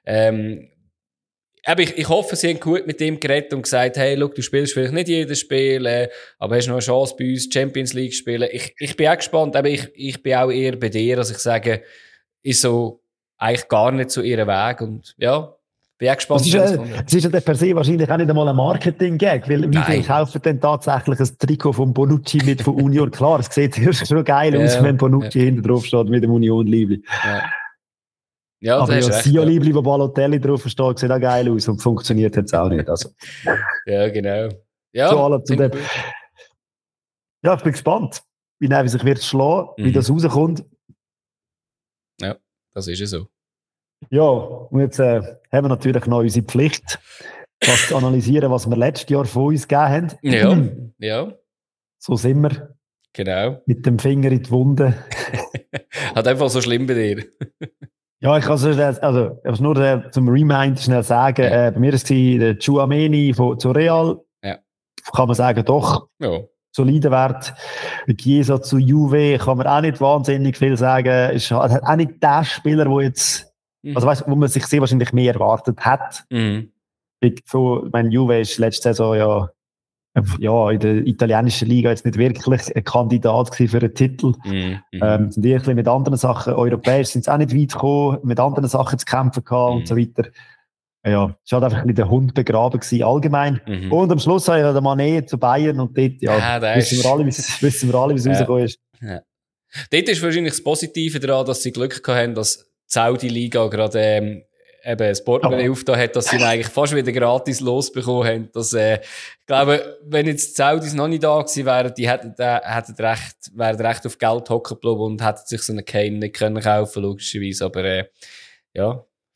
Aber ich hoffe, sie haben gut mit ihm geredet und gesagt, hey, look, du spielst vielleicht nicht jedes Spiel, aber hast noch eine Chance bei uns, Champions League zu spielen. Ich bin auch gespannt, aber ich bin auch eher bei dir, als ich sage, ist so eigentlich gar nicht so ihren Weg und ja. Bin auch gespannt. Es ist ja per se wahrscheinlich auch nicht einmal ein Marketing-Gag, weil wie viele kaufen denn tatsächlich ein Trikot von Bonucci mit von Union? Klar, es sieht schon geil aus, wenn Bonucci hinten drauf steht mit dem Union-Liebli. Ja, aber das Sio-Liebli, wo Balotelli drauf steht, sieht auch geil aus und funktioniert jetzt auch nicht. Also. Ja, genau. Ja, so zu dem. Ja, ich bin gespannt, wie sich wird schlagen, wie das rauskommt. Ja, das ist ja so. Ja, und jetzt haben wir natürlich noch unsere Pflicht, was zu analysieren, was wir letztes Jahr von uns gegeben haben. Ja. So sind wir. Genau. Mit dem Finger in die Wunde. Hat einfach so schlimm bei dir. Ja, ich kann es nur zum Remind schnell sagen. Bei mir war es der Tchouaméni zu Real. Ja. Kann man sagen, doch. Ja. Solider Wert. Chiesa zu Juve kann man auch nicht wahnsinnig viel sagen. Ist halt auch nicht der Spieler, der jetzt also wo man sich sehr wahrscheinlich mehr erwartet hat. Mhm. Ich meine, Juve ist letzte Saison ja in der italienischen Liga jetzt nicht wirklich ein Kandidat für einen Titel. Mhm. Sind die mit anderen Sachen, europäisch sind sie auch nicht weit gekommen, mit anderen Sachen zu kämpfen gehabt und so weiter. Ja, es war halt einfach ein bisschen der Hund begraben gewesen, allgemein. Mhm. Und am Schluss habe ich den Mané zu Bayern und dort, wissen wir alle, wie es rausgekommen ist. Ja. Dort ist wahrscheinlich das Positive daran, dass sie Glück gehabt haben, dass die Saudi-Liga gerade eben ein Portemonnaie aufgetan hat, dass sie ihn eigentlich fast wieder gratis losbekommen haben. Dass, ich glaube, wenn jetzt die Saudis noch nicht da gewesen wären, die wären recht auf Geld hocken geblieben und hätten sich so einen Kane nicht können kaufen, logischerweise. Aber ja,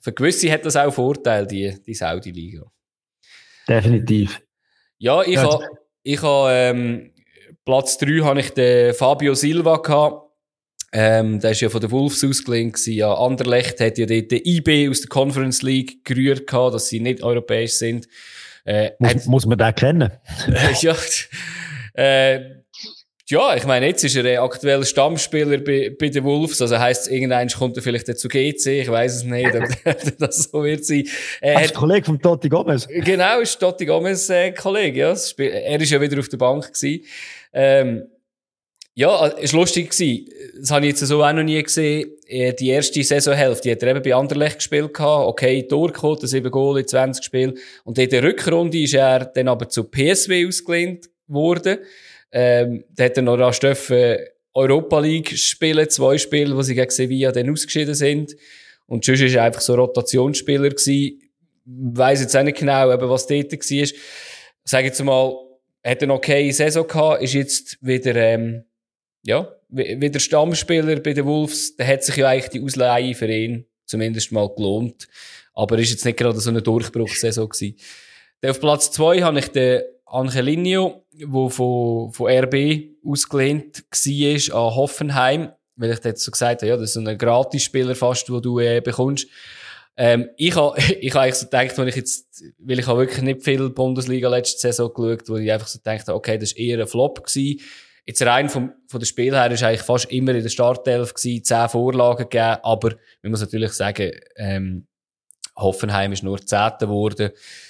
für gewisse hat das auch Vorteil, die Saudi-Liga. Definitiv. Ja, ich habe Platz 3 habe ich den Fabio Silva gehabt. Der ist ja von den Wolves ausgelehnt gewesen. Ja, Anderlecht hat ja dort den IB aus der Conference League gerührt gehabt, dass sie nicht europäisch sind. Muss man den kennen? Ja, ich meine, jetzt ist er aktuell Stammspieler bei den Wolves, also heisst, irgendwann kommt er vielleicht zu GC, ich weiss es nicht, ob das so wird sein. Er ist Kollege von Totti Gomez. Genau, ist Totti Gomez Kollege, ja. Er ist ja wieder auf der Bank gewesen. Ja, es war lustig gewesen. Das habe ich jetzt so auch noch nie gesehen. Die erste Saisonhälfte, die hat er eben bei Anderlecht gespielt gehabt. Okay, durchgekommen, 7 Goal in 20 Spielen. Und in der Rückrunde ist er dann aber zu PSV ausgelehnt worden. Da hat er noch Europa League spielen, 2 Spiele, wo sie gegen Sevilla dann ausgeschieden sind. Und sonst ist er einfach so Rotationsspieler gewesen. Weiss jetzt auch nicht genau, eben, was dort war. Sag jetzt mal, hat er noch keine Saison gehabt, ist jetzt wieder, wieder Stammspieler bei den Wolves. Da hat sich ja eigentlich die Ausleihe für ihn zumindest mal gelohnt. Aber ist jetzt nicht gerade so eine Durchbruchssaison gewesen. Dann auf Platz 2 habe ich den Angelino, der von RB ausgelehnt war an Hoffenheim. Weil ich jetzt so gesagt habe, ja, das ist so ein Gratisspieler fast, den du bekommst. Ich habe eigentlich so gedacht, weil ich habe wirklich nicht viel Bundesliga letzte Saison geschaut, wo ich einfach so gedacht habe, okay, das war eher ein Flop gewesen. Jetzt rein von der Spiel her ist eigentlich fast immer in der Startelf gewesen, 10 Vorlagen gegeben, aber man muss natürlich sagen, Hoffenheim ist nur 10. geworden.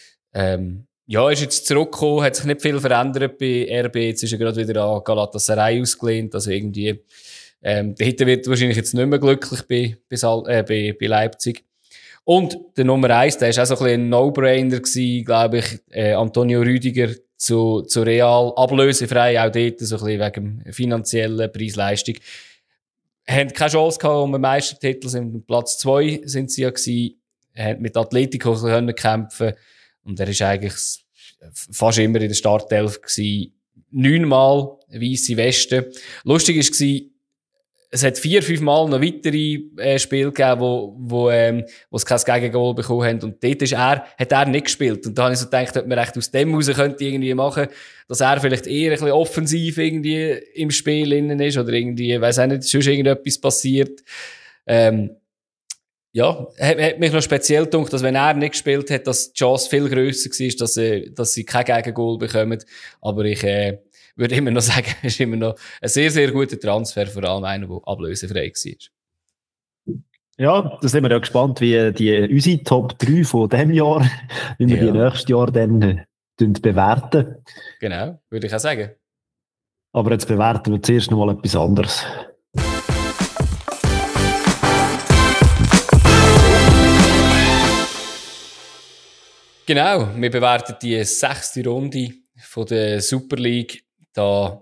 Ja, ist jetzt zurückgekommen, hat sich nicht viel verändert bei RB, jetzt ist er gerade wieder an Galatasaray ausgelehnt, also irgendwie, der Hitter wird wahrscheinlich jetzt nicht mehr glücklich bei Leipzig. Und der Nummer 1, der ist auch so ein bisschen ein No-Brainer gewesen, glaube ich, Antonio Rüdiger zu Real, ablösefrei, auch dort so ein bisschen wegen finanzieller Preis-Leistung. Haben keine Chance gehabt um den Meistertitel, sind Platz 2 sind sie ja gewesen, haben mit Atletico können kämpfen und er ist eigentlich fast immer in der Startelf gewesen. 9-mal weisse Weste. Lustig war, es hat 4-5 Mal noch weitere Spiele gegeben, wo es kein Gegengol bekommen haben. Und dort hat er nicht gespielt. Und da habe ich so gedacht, ob man echt aus dem raus könnte irgendwie machen, dass er vielleicht eher ein bisschen offensiv irgendwie im Spiel innen ist oder irgendwie, weiss auch nicht, sonst irgendetwas passiert. Ja, hat mich noch speziell gedacht, dass wenn er nicht gespielt hat, dass die Chance viel grösser war, dass sie kein Gegengol bekommen. Aber ich würde immer noch sagen, es ist immer noch ein sehr, sehr guter Transfer, vor allem einer, der ablösefrei war. Ja, da sind wir ja gespannt, wie unsere Top 3 von diesem Jahr, wie wir die nächstes Jahr dann bewerten. Genau, würde ich auch sagen. Aber jetzt bewerten wir zuerst noch mal etwas anderes. Genau, wir bewerten die 6. Runde von der Super League. Da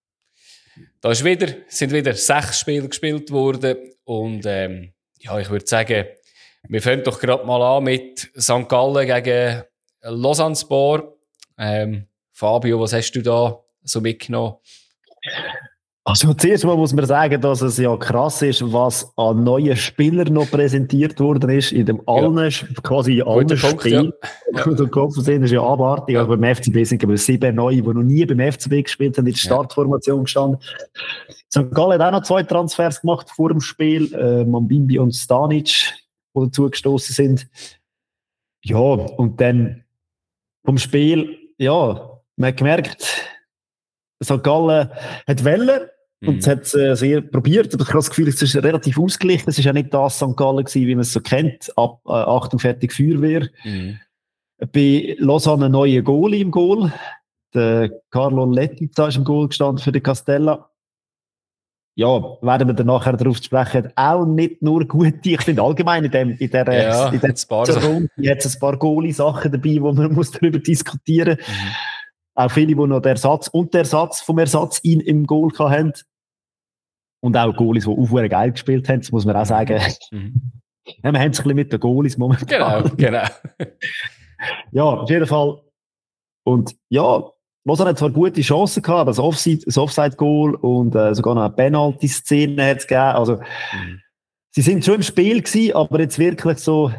sind wieder 6 Spiele gespielt worden. Und ja, ich würde sagen, wir fangen doch gerade mal an mit St. Gallen gegen Lausanne-Sport. Fabio, was hast du da so mitgenommen? Also zuerst mal muss man sagen, dass es ja krass ist, was an neuen Spielern noch präsentiert worden ist, in dem quasi allen Spielen. Ja. Der Kopf sehen ist ja abartig. Ja. Also beim FCB sind 7 neue, die noch nie beim FCB gespielt haben, in der Startformation gestanden. St. Gallen hat auch noch 2 Transfers gemacht vor dem Spiel, Mambimbi und Stanic, die dazu gestoßen sind. Ja, und dann vom Spiel, ja, man hat gemerkt, St. Gallen hat Welle. Und es hat sehr probiert, aber ich habe das Gefühl, es ist relativ ausgeglichen. Es ist ja nicht das St. Gallen gewesen, wie man es so kennt. Achtung, fertig, Feuerwehr. Bei Lausanne ein neuer Goalie im Goal. Der Carlo Letizia ist im Goal gestanden für die Castella. Ja, werden wir dann nachher darauf sprechen, hat auch nicht nur gute, ich finde allgemein in dieser Runde hat es ein paar Goalie-Sachen dabei, wo man muss darüber diskutieren muss. Auch viele, die noch den Ersatz und den Ersatz vom Ersatz im Goal haben. Und auch Goalies, die auch geil gespielt haben, das muss man auch sagen. Ja, wir haben es ein bisschen mit den Goalies momentan. Genau. Ja, auf jeden Fall. Und ja, Lausanne hat zwar gute Chancen gehabt, das Offside-Goal und sogar noch eine Penalty-Szene hat es gegeben. Also, sie sind schon im Spiel gewesen, aber jetzt wirklich so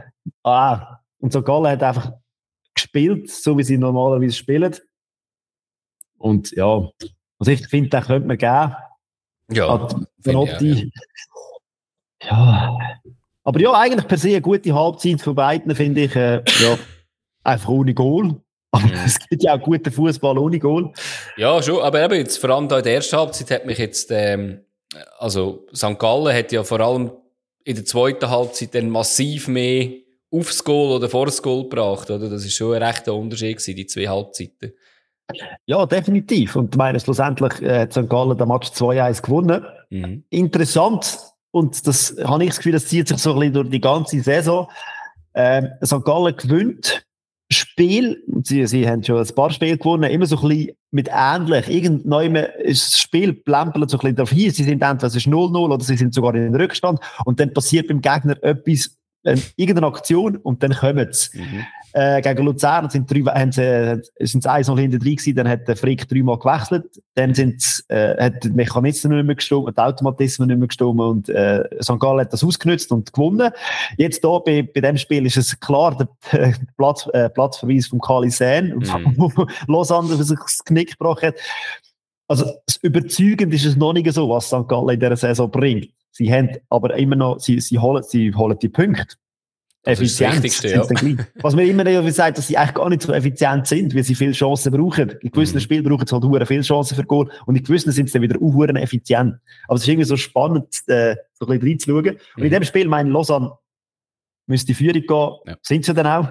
Und St. Gallen hat einfach gespielt, so wie sie normalerweise spielen. Und ja, also ich finde, den könnte man geben. Ja, Zanotti. Ja. Aber ja, eigentlich per se eine gute Halbzeit von beiden, finde ich. Ja, einfach ohne Goal. Aber es gibt ja auch guten Fußball ohne Goal. Ja, schon. Aber eben jetzt, vor allem da in der ersten Halbzeit hat mich jetzt, also St. Gallen hat ja vor allem in der zweiten Halbzeit dann massiv mehr aufs Goal oder vor das Goal gebracht, oder? Das ist schon ein rechter Unterschied gewesen, die zwei Halbzeiten. Ja, definitiv. Und ich meine, schlussendlich hat St. Gallen den Match 2-1 gewonnen. Interessant. Und das habe ich das Gefühl, das zieht sich so ein bisschen durch die ganze Saison. St. Gallen gewinnt Spiel. Sie haben schon ein paar Spiele gewonnen, immer so ein bisschen mit ähnlich. Irgendwann ist das Spiel plempelt so ein bisschen darauf hin. Sie sind entweder es ist 0-0 oder sie sind sogar in den Rückstand. Und dann passiert beim Gegner etwas, irgendeine Aktion und dann kommen sie. Gegen Luzern sind sie 1-0 hinter drin gewesen, dann hat der Frick 3-mal gewechselt, dann hat die Mechanismen nicht mehr gestimmt, die Automatismen nicht mehr gestimmt und St. Gallen hat das ausgenutzt und gewonnen. Jetzt hier bei dem Spiel ist es klar der Platzverweis von Kali Sen, wo Lausanne sich das Knick gebrochen hat. Also überzeugend ist es noch nicht so, was St. Gallen in dieser Saison bringt. Sie haben aber immer noch, sie holen die Punkte. Effizienz. Ja. Was mir immer wieder sagt, dass sie eigentlich gar nicht so effizient sind, weil sie viele Chancen brauchen. In gewissen Spielen brauchen sie halt viele Chancen für Goal und in gewissen sind sie dann wieder effizient. Aber es ist irgendwie so spannend, so ein bisschen reinzuschauen. Und in dem Spiel, meine Lausanne müsste die Führung gehen. Ja. Sind sie denn auch?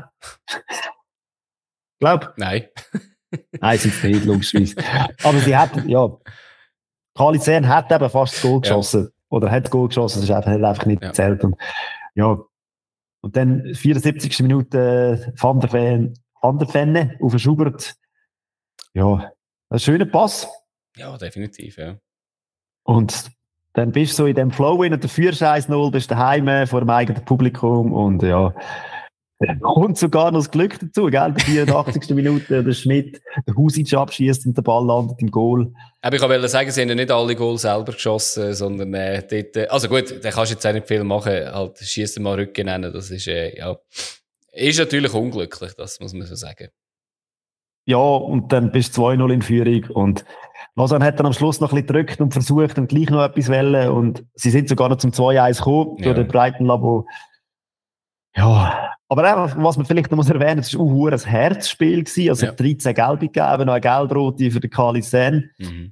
Glaub? Nein. Nein, sind sie nicht, logischerweise. Aber sie hat, ja, Kali Sen hat eben fast das Goal geschossen. Ja. Oder hat das Goal geschossen, das ist einfach nicht gezählt. Und, ja. Und dann 74. Minute Van der Venne auf den Schubert. Ja, ein schöner Pass. Ja, definitiv, ja. Und dann bist du so in dem Flow in der führst 1-0, bist daheim vor dem eigenen Publikum und ja, kommt sogar noch das Glück dazu, gell? Die 84. Minute, der Schmidt, der Husic abschießt und der Ball landet im Goal. Aber ich wollte sagen, sie haben ja nicht alle Goals selber geschossen, sondern dort, also gut, da kannst du jetzt auch nicht viel machen, halt schießt mal Rücken nennen, das ist, ja, ist natürlich unglücklich, das muss man so sagen. Ja, und dann bist du 2-0 in Führung und Lausanne hat dann am Schluss noch ein bisschen gedrückt und versucht und gleich noch etwas wollen und sie sind sogar noch zum 2-1 gekommen, durch den Breitenlabo. Ja, aber einfach, was man vielleicht noch muss erwähnen, es war ein Herzspiel gewesen, also 13 Gelbe gegeben, noch eine Gelbrote für den Kali Sen.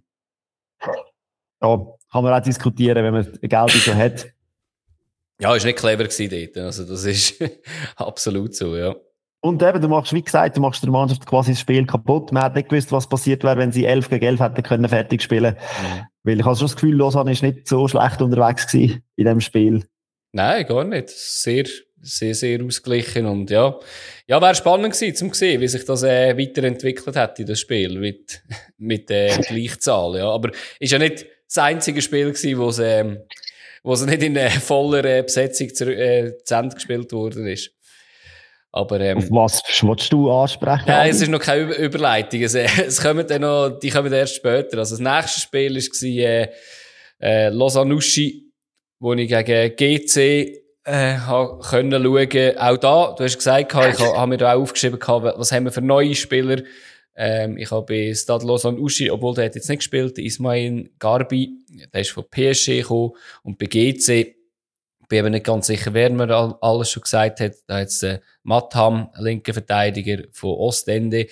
Ja, kann man auch diskutieren, wenn man eine Gelbe schon hat. Ja, ist nicht clever gewesen dort, also das ist absolut so, ja. Und eben, wie gesagt, du machst der Mannschaft quasi das Spiel kaputt. Man hat nicht gewusst, was passiert wäre, wenn sie 11 gegen 11 hätten können fertig spielen. Weil ich habe schon das Gefühl, Lausanne ist nicht so schlecht unterwegs gewesen in diesem Spiel. Nein, gar nicht. Sehr, sehr, sehr ausgeglichen und ja, wäre spannend gewesen, zum sehen, wie sich das weiterentwickelt hat in das Spiel mit Gleichzahl, ja. Aber ist ja nicht das einzige Spiel gewesen, wo es nicht in voller Besetzung zu Ende gespielt worden ist. Aber, auf was willst du ansprechen? Nein, es ist noch keine Überleitung. Es kommen dann noch, die kommen erst später. Also das nächste Spiel war Lausanne-Uschi, wo ich gegen GC können schauen. Auch da, du hast gesagt, ich habe mir da auch aufgeschrieben, was haben wir für neue Spieler. Ich habe bei Stade Lausanne-Uschi, obwohl der hat jetzt nicht gespielt, Ismail Garbi, der ist von PSG gekommen, und bei GC, ich bin eben nicht ganz sicher, wer mir alles schon gesagt hat. Da hat es Matham, linker Verteidiger von Ostende.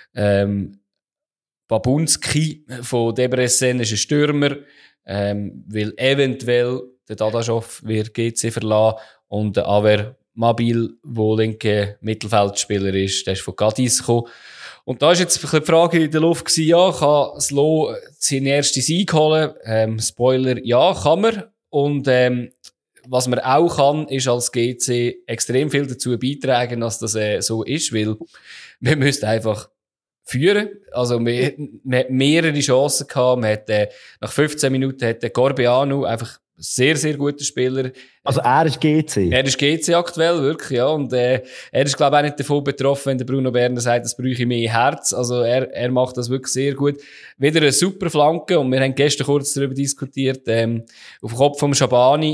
Babunski von Debrecen ist ein Stürmer, weil eventuell der Dadaschow wird GC verlassen. Und der Aver Mabil, der linker Mittelfeldspieler ist, der ist von Cadiz gekommen. Und da ist jetzt ein bisschen die Frage in der Luft gewesen, ja, kann Slo seinen ersten Sieg holen? Spoiler, ja, kann man. Und was man auch kann, ist als GC extrem viel dazu beitragen, dass das so ist, weil wir müssen einfach führen. Also wir hatten mehrere Chancen gehabt. Man hat, nach 15 Minuten hat der Corbeanu einfach sehr, sehr guter Spieler. Also er ist GC? Er ist GC aktuell, wirklich, ja. Und er ist, glaube ich, auch nicht davon betroffen, wenn der Bruno Berner sagt, das bräuchte mehr Herz. Also er macht das wirklich sehr gut. Wieder eine super Flanke, und wir haben gestern kurz darüber diskutiert, auf dem Kopf vom Schabani.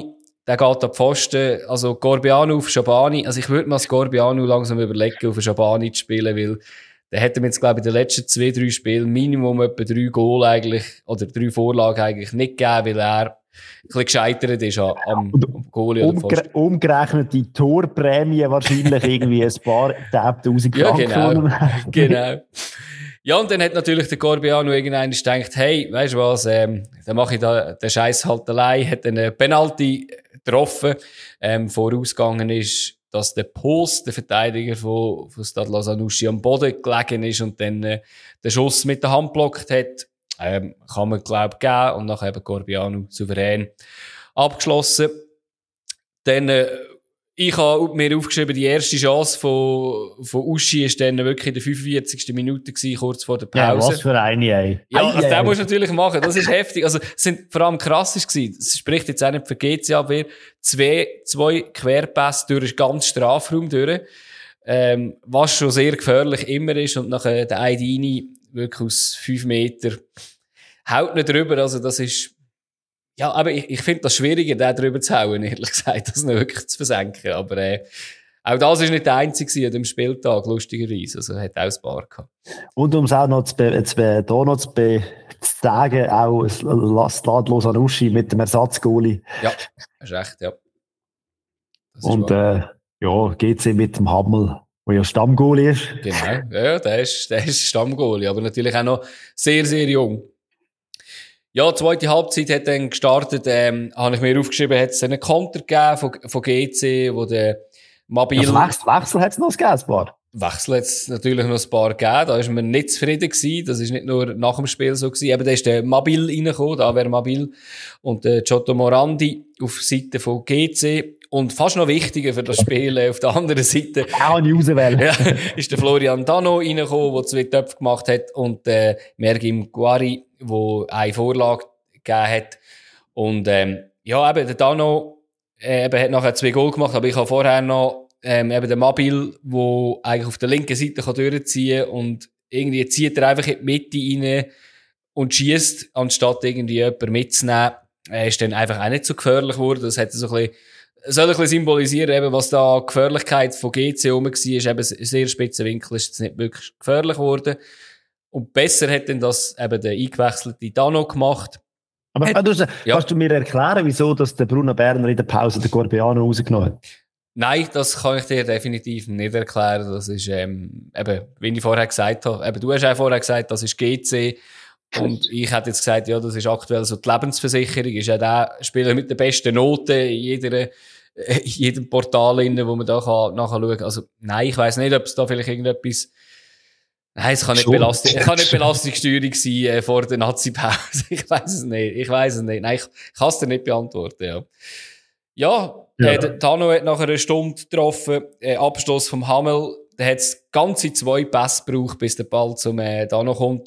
der geht ab Pfosten, also Gorbiano auf Shabani, also ich würde mal das Gorbiano langsam überlegen, auf Shabani zu spielen, weil der hätte mir jetzt, glaube ich, in den letzten 2-3 Spielen Minimum etwa 3 Goal eigentlich, oder 3 Vorlagen eigentlich nicht gegeben, weil er ein bisschen gescheitert ist am Goalie oder Pfosten. Umgerechnet die Torprämie wahrscheinlich irgendwie ein paar Tausend Franken. Ja, genau. Ja, und dann hat natürlich der Gorbiano irgendwann gedacht, hey, weisst du was, dann mache ich da den Scheiß halt allein, hat einen Penalty getroffen, vorausgegangen ist, dass der Post, der Verteidiger von Stade Lausanne, am Boden gelegen ist und dann den Schuss mit der Hand blockt hat. Kann man, glaube ich, geben. Und nachher eben Gorbiano souverän abgeschlossen. Dann, ich habe mir aufgeschrieben, die erste Chance von Uschi ist dann wirklich in der 45. Minute gewesen, kurz vor der Pause. Ja, was für eine, ey. Ja, also den musst du natürlich machen. Das ist heftig. Also, es sind vor allem krass gewesen. Das spricht jetzt auch nicht für GC-Abwehr. Zwei Querpässe durch den ganzen Strafraum durch. Was schon sehr gefährlich immer ist. Und nachher der Aidini wirklich aus 5 Meter haut nicht drüber. Also, das ist, ja, aber ich finde das schwieriger, da drüber zu hauen, ehrlich gesagt, das nicht wirklich zu versenken. Aber, auch das ist nicht der einzige an dem Spieltag, lustigerweise. Also, hat auch ein paar gehabt. Und um es auch noch zu sagen, auch Stade Lausanne mit dem Ersatzgoalie. Ja, hast recht, ja. Und, ja, GC mit dem Hammel, der ja Stammgoalie ist. Genau, ja, der ist Stammgoalie, aber natürlich auch noch sehr, sehr jung. Ja, die zweite Halbzeit hat dann gestartet, habe ich mir aufgeschrieben, hat es einen Konter gegeben von GC, wo der Mabil... Also Wechsel hat es noch ein paar. Wechsel hat es natürlich noch ein paar gegeben, da ist man nicht zufrieden gewesen, das ist nicht nur nach dem Spiel so gewesen, eben da ist der Mabil reingekommen, da wäre Mabil, und der Giotto Morandi auf Seite von GC, und fast noch wichtiger für das Spiel auf der anderen Seite. Auch nicht auswählen. Ja, ist der Florian Dano reingekommen, der 2 Töpfe gemacht hat, und Mergim Guari, der eine Vorlage gegeben hat. Und ja, eben der Dano hat nachher 2 Goal gemacht, aber ich habe vorher noch eben den Mabil, der eigentlich auf der linken Seite durchziehen kann, und irgendwie zieht er einfach in die Mitte rein und schießt, anstatt irgendwie jemanden mitzunehmen. Er ist dann einfach auch nicht so gefährlich geworden. Das hat so ein bisschen symbolisieren, eben, was da die Gefährlichkeit von GC rum war, ist eben sehr spitzer Winkel, ist jetzt nicht wirklich gefährlich geworden. Und besser hat dann das eben der eingewechselte Dano gemacht. Aber kannst du mir erklären, wieso dass der Bruno Berner in der Pause den Gorbiano rausgenommen hat? Nein, das kann ich dir definitiv nicht erklären. Das ist, eben, wie ich vorher gesagt habe, eben, du hast auch vorher gesagt, das ist GC. Und ich hätte jetzt gesagt, ja, das ist aktuell so die Lebensversicherung, ist ja der Spieler mit der besten Note in jedem Portal drin, wo man da nachschauen kann. Also, nein, ich weiss nicht, ob es da vielleicht irgendetwas, nein, es kann nicht Belastungssteuerung sein, vor der Nazi-Pause. Ich weiss es nicht. Nein, ich kann es dir nicht beantworten, ja. Ja. Der Tano hat nachher eine Stunde getroffen, Abstoß vom Hammel, da hat es ganze 2 Pässe gebraucht, bis der Ball zum Tano kommt.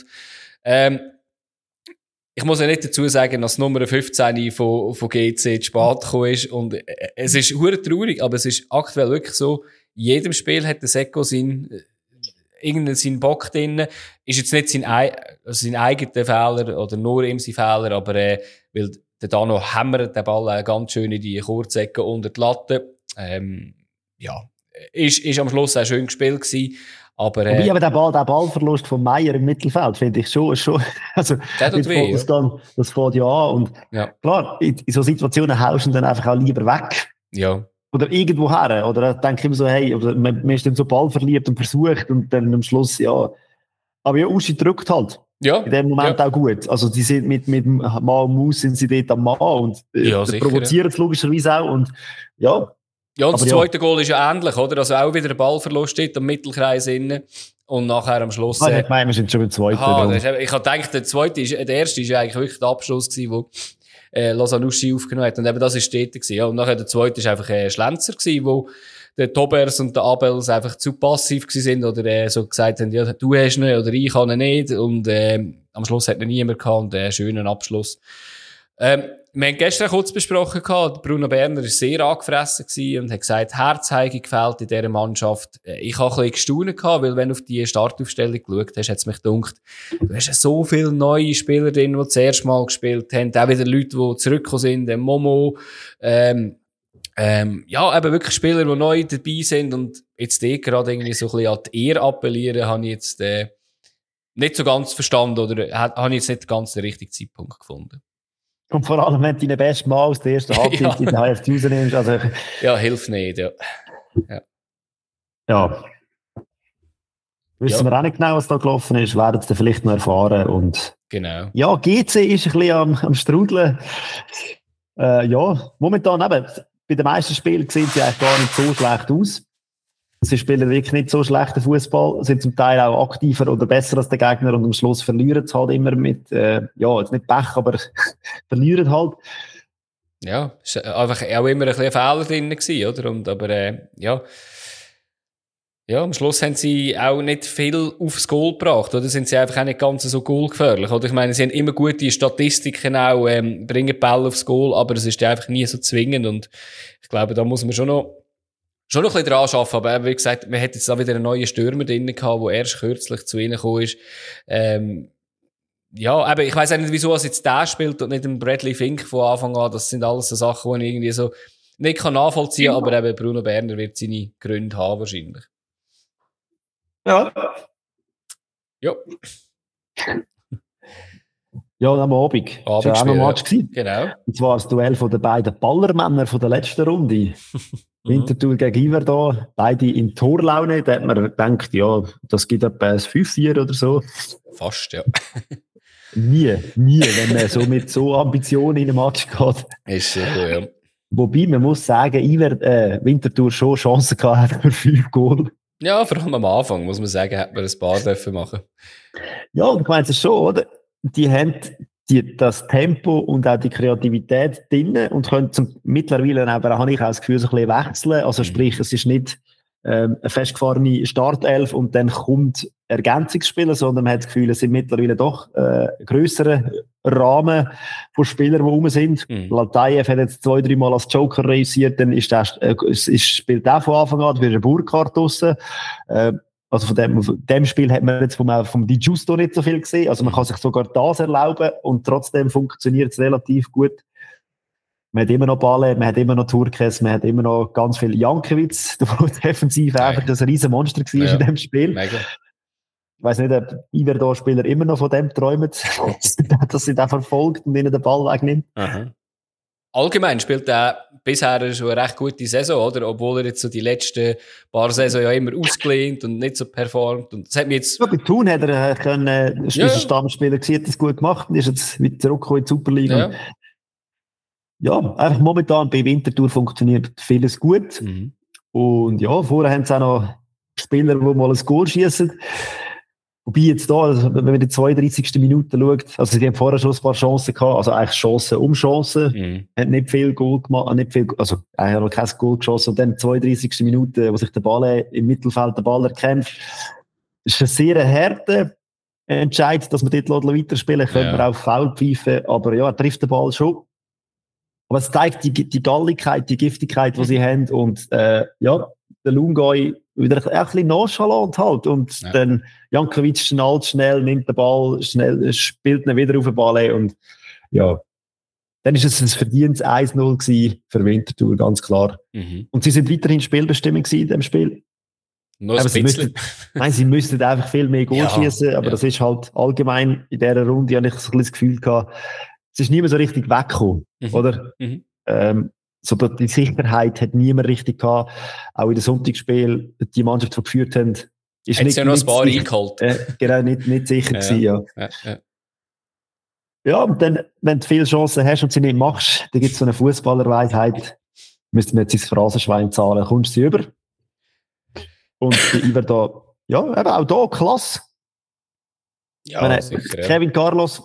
Ich muss ja nicht dazu sagen, dass Nummer 15 von GC zu spät gekommen ist. Und es ist verdammt traurig, aber es ist aktuell wirklich so, in jedem Spiel hat der Seko seinen Bock drin. Ist jetzt nicht sein eigener Fehler oder nur ihm sein Fehler, aber weil der Dano hämmert den Ball ganz schön in die Kurzecke unter die Latte. Ja, ist am Schluss auch schön gespielt gewesen. Aber der Ballverlust von Meier im Mittelfeld finde ich schon, also, das fällt ja an. Und klar, in so Situationen haust du dann einfach auch lieber weg. Ja. Oder irgendwo her. Oder denke ich immer so, hey, oder man ist dann so ballverliebt und versucht und dann am Schluss, ja. Aber ja, Uschi drückt halt. Ja. In dem Moment auch gut. Also, die sind mit Mann und Maus sind sie dort am Mann und provozieren es logischerweise auch und ja. Ja, und das zweite Goal ist ja ähnlich, oder? Also auch wieder ein Ballverlust steht am Mittelkreis innen. Und nachher am Schluss. Ich meine, wir sind schon beim zweiten. Ich habe gedacht, der erste ist ja eigentlich wirklich der Abschluss gewesen, wo Lausanne aufgenommen hat. Und eben das ist stetig gewesen. Ja. Und nachher der zweite ist einfach ein Schlenzer gewesen, wo der Tobers und der Abels einfach zu passiv gewesen sind oder so gesagt haben, ja, du hast ihn oder ich kann ihn nicht. Und am Schluss hat ihn niemand gehabt und einen schönen Abschluss. Wir haben gestern kurz besprochen gehabt, Bruno Berner war sehr angefressen gewesen und hat gesagt, Herzheige gefällt in dieser Mannschaft. Ich habe ein bisschen gestaunt gehabt, weil wenn du auf die Startaufstellung geschaut hast, hat es mich gedacht, du hast ja so viele neue Spieler drin, die das erste Mal gespielt haben, auch wieder Leute, die zurückgekommen sind, Momo, Ja, eben wirklich Spieler, die neu dabei sind und jetzt gerade irgendwie so ein bisschen an die Ehre appellieren, habe ich jetzt nicht so ganz verstanden oder habe ich jetzt nicht ganz den richtigen Zeitpunkt gefunden. Und vor allem, wenn du deinen besten Mann aus der ersten Halbzeit in der HFC rausnimmst. Also, ja, hilft nicht, ja. Ja. Wissen wir auch nicht genau, was da gelaufen ist, werden es dann vielleicht noch erfahren. Und genau. Ja, GC ist ein bisschen am Strudeln. Ja, momentan eben, bei den meisten Spielen sehen sie eigentlich gar nicht so schlecht aus. Sie spielen wirklich nicht so schlechten Fußball, sind zum Teil auch aktiver oder besser als der Gegner und am Schluss verlieren sie halt immer mit, ja, jetzt nicht Pech, aber verlieren halt. Ja, es war einfach auch immer ein bisschen ein Fehler drin gewesen, oder? Und, aber, ja, am Schluss haben sie auch nicht viel aufs Goal gebracht, oder? Sind sie einfach auch nicht ganz so goalgefährlich, oder? Ich meine, sie haben immer gute Statistiken auch, bringen Ball aufs Goal, aber es ist einfach nie so zwingend und ich glaube, da muss man schon noch ein bisschen dran arbeiten, aber wie gesagt, man hat jetzt da wieder einen neuen Stürmer drin gehabt, der erst kürzlich zu ihnen gekommen ist. Ja, aber ich weiss auch nicht, wieso er jetzt der spielt und nicht den Bradley Fink von Anfang an. Das sind alles so Sachen, die ich irgendwie so nicht nachvollziehen kann, aber eben Bruno Berner wird seine Gründe haben wahrscheinlich. Ja. Ja. Ja, am Abend. Das war auch noch ein Match gewesen. Genau. Und zwar das Duell von den beiden Ballermänner von der letzten Runde. Winterthur gegen Iverdon, beide in Torlaune. Da hat man gedacht, ja, das gibt etwa ein 5-4 oder so. Fast, ja. Nie, wenn man so mit so Ambitionen in ein Match geht. Ist so, ja. Wobei, man muss sagen, Winterthur schon Chancen gehabt hat für 5 Goal. Ja, vor allem am Anfang, muss man sagen, hat man ein paar dürfen machen. Ja, und ich meine es schon, oder? Die haben das Tempo und auch die Kreativität drin und können mittlerweile aber habe ich auch das Gefühl, so ein bisschen wechseln. Also sprich, es ist nicht eine festgefahrene Startelf und dann kommt Ergänzungsspieler, sondern man hat das Gefühl, es sind mittlerweile doch grössere Rahmen von Spielern, die rum sind. Latayev hat jetzt 2-3 Mal als Joker realisiert, dann spielt der von Anfang an, wie ein Burkhardt draussen. Also von dem Spiel hat man jetzt vom Di Giusto nicht so viel gesehen. Also man kann sich sogar das erlauben und trotzdem funktioniert es relativ gut. Man hat immer noch Ballen, man hat immer noch Turkes, man hat immer noch ganz viel Jankiewicz, der defensiv einfach das riesen Monster war in dem Spiel. Mega. Ich weiss nicht, ob Iverdon-Spieler immer noch von dem träumen, dass sie den verfolgt und ihnen den Ball wegnimmt. Aha. Allgemein spielt er bisher schon eine recht gute Saison, oder? Obwohl er jetzt so die letzten paar Saison ja immer ausgelehnt und nicht so performt. Und das hat mich jetzt... Ja, bei Thun hat er können, ist ein Stammspieler gewesen, hat das gut gemacht und ist jetzt wieder zurückgekommen in die Superliga. Ja. Ja, einfach momentan bei Winterthur funktioniert vieles gut. Und ja, vorher haben sie auch noch Spieler, die mal ein Goal schießen. Wobei jetzt da, also wenn man die 32. Minute schaut, also sie haben vorher schon ein paar Chancen gehabt, also eigentlich Chancen um Chancen, haben nicht viel Goal gemacht, also eigentlich noch kein Goal geschossen und dann die 32. Minute, wo sich der Ball im Mittelfeld der Ball erkämpft. Das ist ein sehr harter Entscheid, dass man dort weiterspielen können, wir auch Foul pfeifen, aber ja, er trifft den Ball schon. Aber es zeigt die Galligkeit, die Giftigkeit, die sie haben und ja, der Lungoi wieder ein bisschen nonchalant halt und dann Jankovic schnell, nimmt den Ball, schnell spielt ihn wieder auf den Ball und ja, dann ist es ein verdientes 1-0 gewesen für Winterthur, ganz klar. Und sie sind weiterhin Spielbestimmung gewesen in dem Spiel. Nur ein bisschen. Sie müssten einfach viel mehr Goal schießen, aber das ist halt allgemein in dieser Runde, habe ich so ein bisschen das Gefühl gehabt, es ist niemand so richtig weggekommen, oder? So die Sicherheit hat niemand richtig gehabt. Auch in den Sonntagsspielen, die Mannschaft, die geführt haben, ist nicht, ja noch ein paar eingeholt. Genau, nicht sicher gewesen, ja. Ja, und dann, wenn du viele Chancen hast und sie nicht machst, dann gibt es so eine Fußballerweisheit, müsste man jetzt ins Phrasenschwein zahlen, kommst du sie über. Und bei Iverdon, ja, eben auch da, klasse. Ja, sicher, Kevin Carlos,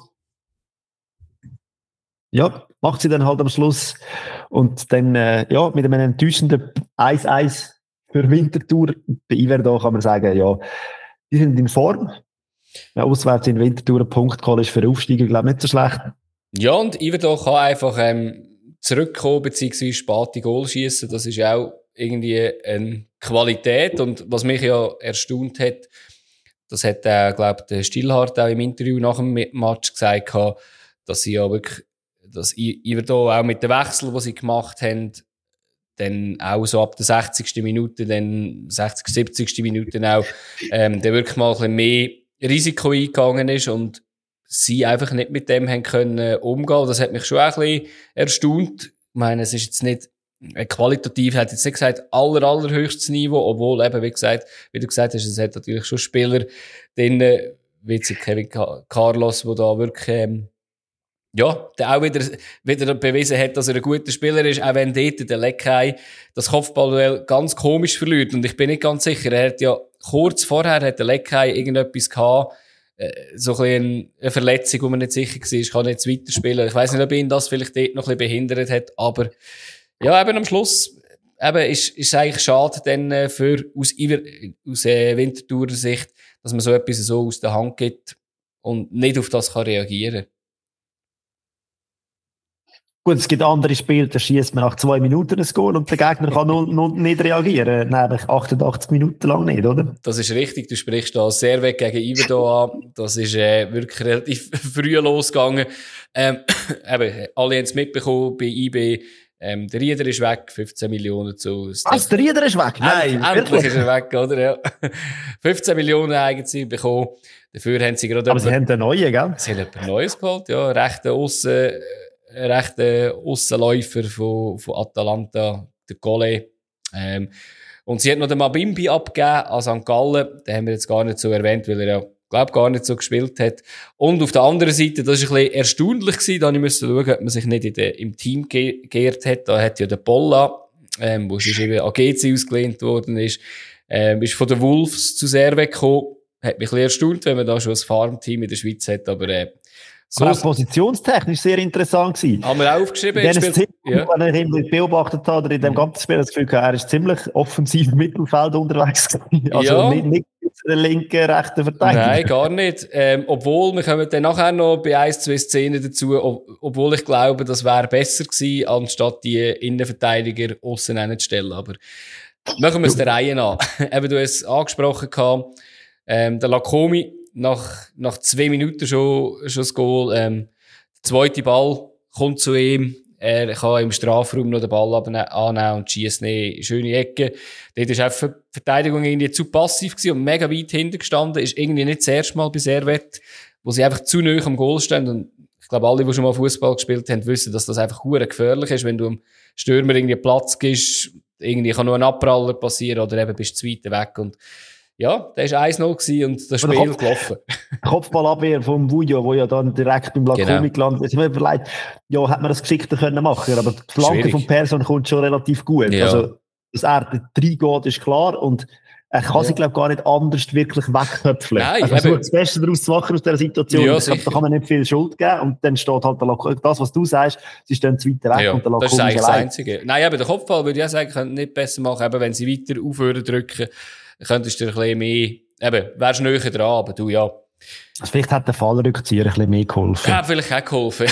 ja, macht sie dann halt am Schluss. Und dann, ja, mit einem enttäuschenden 1-1 für Winterthur. Bei Iverdon kann man sagen, ja, die sind in Form. Ja, auswärts in Winterthur ein Punkt geholt ist für Aufsteiger, glaube ich, nicht so schlecht. Ja, und Iverdon kann einfach zurückkommen, beziehungsweise spät die Goal schießen. Das ist auch irgendwie eine Qualität. Und was mich ja erstaunt hat, das hat, glaube ich, der Stillhardt auch im Interview nach dem Match gesagt, dass sie ja wirklich, dass Iverdon auch mit den Wechseln, die sie gemacht haben, dann auch so ab der 60. Minute, dann 60, 70. Minute auch, der wirklich mal ein bisschen mehr Risiko eingegangen ist und sie einfach nicht mit dem haben können umgehen. Das hat mich schon ein bisschen erstaunt. Ich meine, es ist jetzt nicht qualitativ, hat jetzt nicht gesagt, allerhöchstes Niveau, obwohl eben, wie du gesagt hast, es hat natürlich schon Spieler drin, wie jetzt Kevin Carlos, der da wirklich, der auch wieder bewiesen hat, dass er ein guter Spieler ist, auch wenn dort der Leckei das Kopfballduell ganz komisch verliert. Und ich bin nicht ganz sicher, er hat ja kurz vorher hat der Leckei irgendetwas gehabt, so ein eine Verletzung, wo man nicht sicher war, kann jetzt weiterspielen. Ich weiss nicht, ob ihn das vielleicht dort noch ein bisschen behindert hat, aber ja, eben am Schluss ist es eigentlich schade dann aus Winterthurer Sicht, dass man so etwas so aus der Hand gibt und nicht auf das kann reagieren. Gut, es gibt andere Spiele, da schießt man nach 2 Minuten ein Goal und der Gegner kann noch nicht reagieren. Nämlich 88 Minuten lang nicht, oder? Das ist richtig. Du sprichst da sehr weg gegen Iverdo an. Das ist wirklich relativ früh losgegangen. Alle haben es mitbekommen bei IB. Der Rieder ist weg, 15 Millionen zu... Was, der Rieder ist weg? Nein, endlich ist er weg, oder? Ja. 15 Millionen haben sie bekommen. Dafür haben sie gerade... Aber sie haben einen neuen, gell? Sie haben etwas Neues geholt, ja. Rechter Aussenläufer von Atalanta, der Gole. Und sie hat noch den Mabimbi abgegeben an St. Gallen. Den haben wir jetzt gar nicht so erwähnt, weil er ja, glaube gar nicht so gespielt hat. Und auf der anderen Seite, das war ein bisschen erstaunlich gewesen, da musste ich schauen, ob man sich nicht im Team geehrt hat. Da hat ja der Bolla, wo schon eben AGC ausgelehnt worden ist von den Wolves zu Servet gekommen. Hat mich ein bisschen erstaunt, wenn man da schon ein Farmteam in der Schweiz hat, aber so auch positionstechnisch sehr interessant gewesen. Haben wir auch aufgeschrieben. Wenn ich ihn beobachtet habe, oder in dem ganzen Spiel das Gefühl gehabt, er ist ziemlich offensiv im Mittelfeld unterwegs gewesen. Also nicht der linken, rechten Verteidiger. Nein, gar nicht. Obwohl, wir kommen dann nachher noch bei 1-2 Szenen dazu, obwohl ich glaube, das wäre besser gewesen, anstatt die Innenverteidiger aussen hinzustellen. Aber machen wir es der Reihe an. Eben, du hast es angesprochen gehabt, der Lakomi, nach 2 Minuten schon das Goal. Der zweite Ball kommt zu ihm. Er kann im Strafraum noch den Ball annehmen und schießt eine schöne Ecke. Dort ist einfach die Verteidigung irgendwie zu passiv gewesen und mega weit hinten gestanden. Ist irgendwie nicht das erste Mal bei Servet, wo sie einfach zu nahe am Goal stehen. Und ich glaube, alle, die schon mal Fußball gespielt haben, wissen, dass das einfach hure gefährlich ist, wenn du dem Stürmer irgendwie Platz gibst. Irgendwie kann nur ein Abpraller passieren oder eben bist du zu weit weg. Und ja, der war 1-0 gewesen und das Spiel gelaufen. Kopfballabwehr vom Vujo, wo ja dann direkt beim Lakomi gelandet ist. Ich habe mir überlegt, ja, hätte man das geschickter können machen, aber die Flanke von Persson kommt schon relativ gut. Ja. Also, dass er reingeht, ist klar und er kann sich, glaube ich, gar nicht anders wirklich wegköpfeln. Nein, er versucht das Beste daraus zu machen aus dieser Situation. Ja, ich glaube, da kann man nicht viel Schuld geben und dann steht halt der Lakomi, das, was du sagst, sie stehen zu weit weg und der Lakomi ist eigentlich das Einzige. Nein, aber der Kopfball würde ich auch sagen, könnte nicht besser machen, eben, wenn sie weiter aufhören drücken. Könntest du ein bisschen mehr, wärst näher dran, aber du, ja. Also vielleicht hat der Fallrückzieher ein bisschen mehr geholfen. Ja, vielleicht auch geholfen.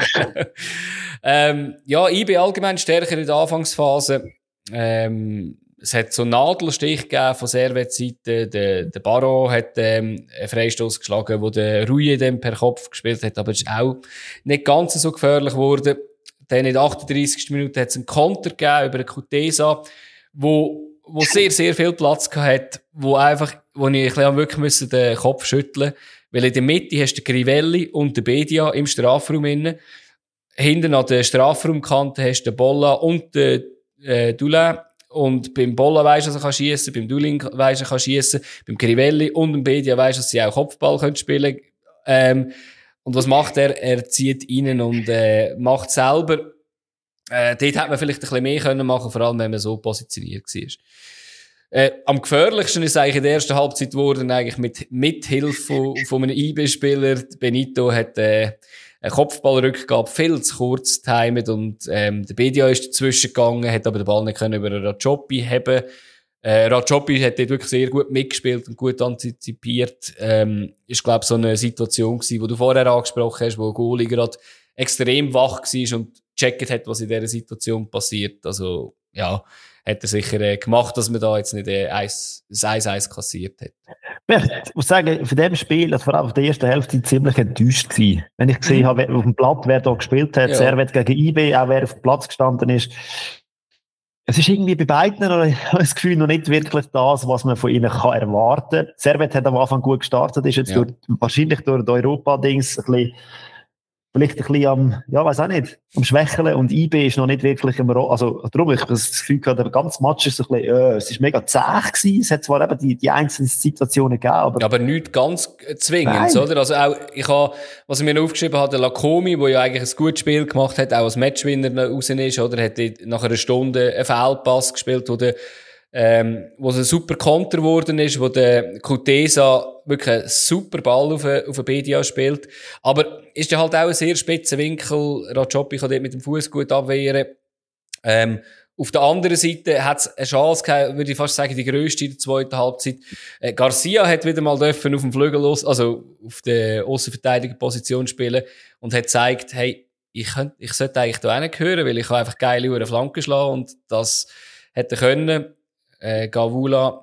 IB allgemein stärker in der Anfangsphase. Es hat so einen Nadelstich gegeben von Servet-Seite. Der Barro hat einen Freistoß geschlagen, wo der Rouillet dann per Kopf gespielt hat, aber es ist auch nicht ganz so gefährlich geworden. Dann in der 38. Minute hat es einen Konter gegeben über den Kutesa, wo sehr, sehr viel Platz gehabt, wo ich ein bisschen wirklich den Kopf schütteln musste. Weil in der Mitte hast du den Crivelli und den Bedia im Strafraum innen. Hinten an der Strafraumkante hast du den Bolla und den Dulin. Und beim Bolla weisst du, dass er schiessen kann, beim Dulin weisst du, er kann schiessen, beim Crivelli und dem Bedia weisst du, dass sie auch Kopfball spielen können. Und was macht er? Er zieht rein und macht selber. Dort hätte man vielleicht ein bisschen mehr können machen, vor allem wenn man so positioniert war. Am gefährlichsten ist eigentlich in der ersten Halbzeit geworden, eigentlich mit Hilfe von einem IB-Spieler. Benito hat einen Kopfballrückgabe viel zu kurz getimt und der Bedia ist dazwischen gegangen, hat aber den Ball nicht können über Rajopi haben. Rajopi hat dort wirklich sehr gut mitgespielt und gut antizipiert. Ist, glaube ich, so eine Situation gewesen, die du vorher angesprochen hast, wo Goalie gerade extrem wach war und gecheckt hat, was in dieser Situation passiert. Also, ja, hat er sicher gemacht, dass man da jetzt nicht das 1-1 kassiert hat. Ich muss sagen, für dieses Spiel, also vor allem auf der ersten Hälfte, ziemlich enttäuscht gewesen. Wenn ich gesehen habe, auf dem Blatt, wer da gespielt hat, Servet gegen IB, auch wer auf dem Platz gestanden ist. Es ist irgendwie bei beiden, ich habe das Gefühl, noch nicht wirklich das, was man von ihnen kann erwarten kann. Servet hat am Anfang gut gestartet, ist jetzt wahrscheinlich durch die Europa-Dings vielleicht ein bisschen weiß auch nicht, am Schwächeln, und IB ist noch nicht wirklich im also darum, ich habe das Gefühl gehabt, der ganze Match ist so ein bisschen, es ist mega zäh gewesen, es hat zwar eben die einzelnen Situationen gegeben, aber nicht ganz zwingend, oder? Also auch, was ich mir noch aufgeschrieben habe, der Lakomi, der ja eigentlich ein gutes Spiel gemacht hat, auch als Matchwinner raus ist, oder? Hat nach einer Stunde einen Fehlpass gespielt, wo es ein super Konter geworden ist, wo der Kutesa wirklich einen super Ball auf den BDA spielt. Aber ist ja halt auch ein sehr spitzer Winkel. Rajopi kann dort mit dem Fuß gut abwehren. Auf der anderen Seite hat es eine Chance gehabt, würde ich fast sagen, die grösste in der zweiten Halbzeit. Garcia hat wieder mal dürfen auf dem Flügel also auf der Aussenverteidigerposition spielen und hat gezeigt, hey, ich sollte eigentlich da hingehören, weil ich kann einfach geile Uhren Flanken schlagen, und das hätte können. Ganvula,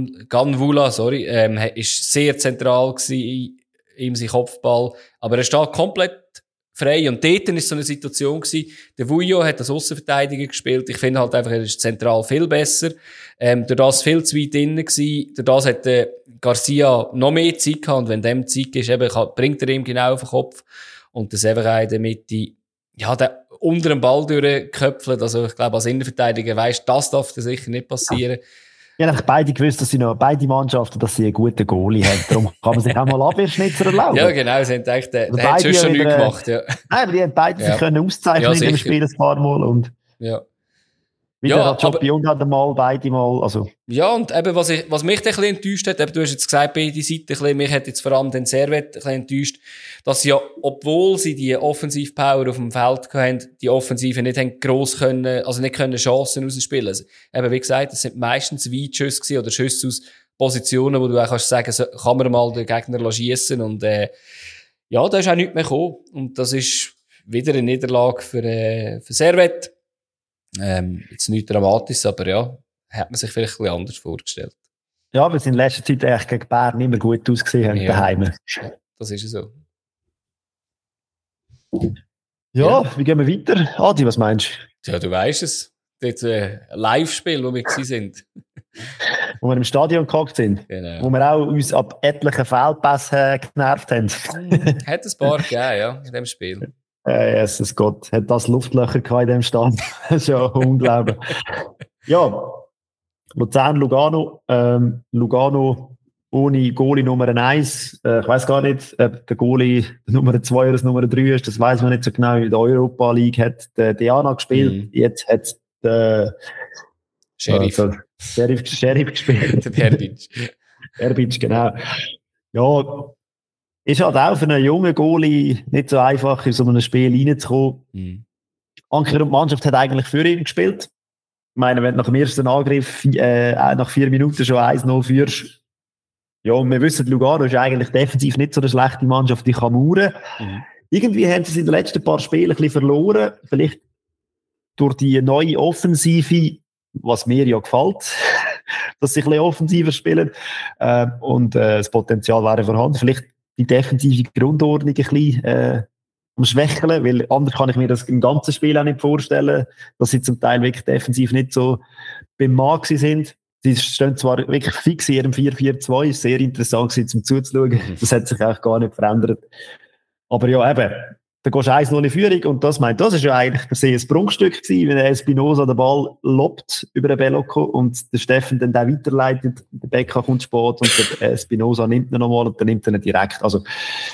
ist sehr zentral gewesen in seinem Kopfball. Aber er steht komplett frei. Und dort war so eine Situation gewesen. Der Vujo hat als Aussenverteidiger gespielt. Ich finde halt einfach, er ist zentral viel besser. Durch das viel zu weit drin gewesen. Durch das hat Garcia noch mehr Zeit gehabt. Und wenn dem Zeit ist, bringt er ihm genau auf den Kopf. Und das einfach in der Mitte, der unter dem Ball durchköpfelt. Also, ich glaube, als Innenverteidiger weisst, das darf sicher nicht passieren. Ja, ich habe beide gewusst, dass beide Mannschaften, dass sie einen guten Goalie haben. Darum kann man sich auch mal Abwehrschnitzer erlauben. Ja, genau. Sie haben gedacht, der hat schon nichts gemacht, ja. Nein, aber die haben beide sich können auszeichnen in dem Spiel ein paar Mal, und wieder hat Job und hat mal beide Mal, also. Ja, und eben, was mich ein bisschen enttäuscht hat, eben, du hast jetzt gesagt, beide Seiten ein bisschen, mich hat jetzt vor allem den Servet ein bisschen enttäuscht, dass sie ja, obwohl sie die Offensivpower auf dem Feld hatten, die Offensive nicht haben gross können, also nicht können Chancen rausspielen. Also, eben, wie gesagt, es sind meistens Weitschüsse gewesen, oder Schüsse aus Positionen, wo du auch kannst sagen, so, kann man mal den Gegner schiessen, und, da ist auch nichts mehr gekommen. Und das ist wieder eine Niederlage für Servet. Jetzt nicht dramatisch, aber ja, hat man sich vielleicht ein bisschen anders vorgestellt. Ja, weil sie in letzter Zeit eigentlich gegen Bern immer gut ausgesehen haben, daheim. Das ist so. Ja, wie gehen wir weiter? Adi, was meinst du? Ja, du weißt es. Das Live-Spiel, wo wir sind. Wo wir im Stadion gehockt sind. Genau. Wo wir auch uns ab etlichen Fehlpässen genervt haben. Hat ein paar gegeben, ja, in dem Spiel. Jesus Gott, hat das Luftlöcher gehabt in dem Stand. Das ist ja unglaublich. Ja, Luzern-Lugano. Lugano ohne Goalie Nummer 1. Ich weiss gar nicht, ob der Goalie Nummer 2 oder das Nummer 3 ist. Das weiss man nicht so genau. In der Europa League hat der Diana gespielt. Jetzt hat der Sheriff gespielt. Der Berbic. Berbic, genau. Ja, ist halt auch für einen jungen Goalie nicht so einfach, in so einem Spiel reinzukommen. Anker und die Mannschaft hat eigentlich für ihn gespielt. Ich meine, wenn du nach dem ersten Angriff nach 4 Minuten schon 1-0 führst, ja, und wir wissen, Lugano ist eigentlich defensiv nicht so eine schlechte Mannschaft, die kann mauern. Irgendwie haben sie es in den letzten paar Spielen ein bisschen verloren. Vielleicht durch die neue Offensive, was mir ja gefällt, dass sie ein bisschen offensiver spielen. Und das Potenzial wäre vorhanden. Vielleicht die defensive Grundordnung ein bisschen schwächeln, weil anders kann ich mir das im ganzen Spiel auch nicht vorstellen, dass sie zum Teil wirklich defensiv nicht so beim Mann sind. Sie stehen zwar wirklich fix in ihrem 4-4-2, ist sehr interessant gewesen, zum zuzuschauen. Das hat sich auch gar nicht verändert. Aber ja, eben, da gehst du 1-0 in Führung, und das ist ja eigentlich per se ein Prunkstück gewesen, wenn der Espinosa den Ball lobt über den Belloco und der Steffen dann den weiterleitet, der Becker kommt spät und der Espinosa nimmt ihn nochmal und dann nimmt er ihn direkt. Also,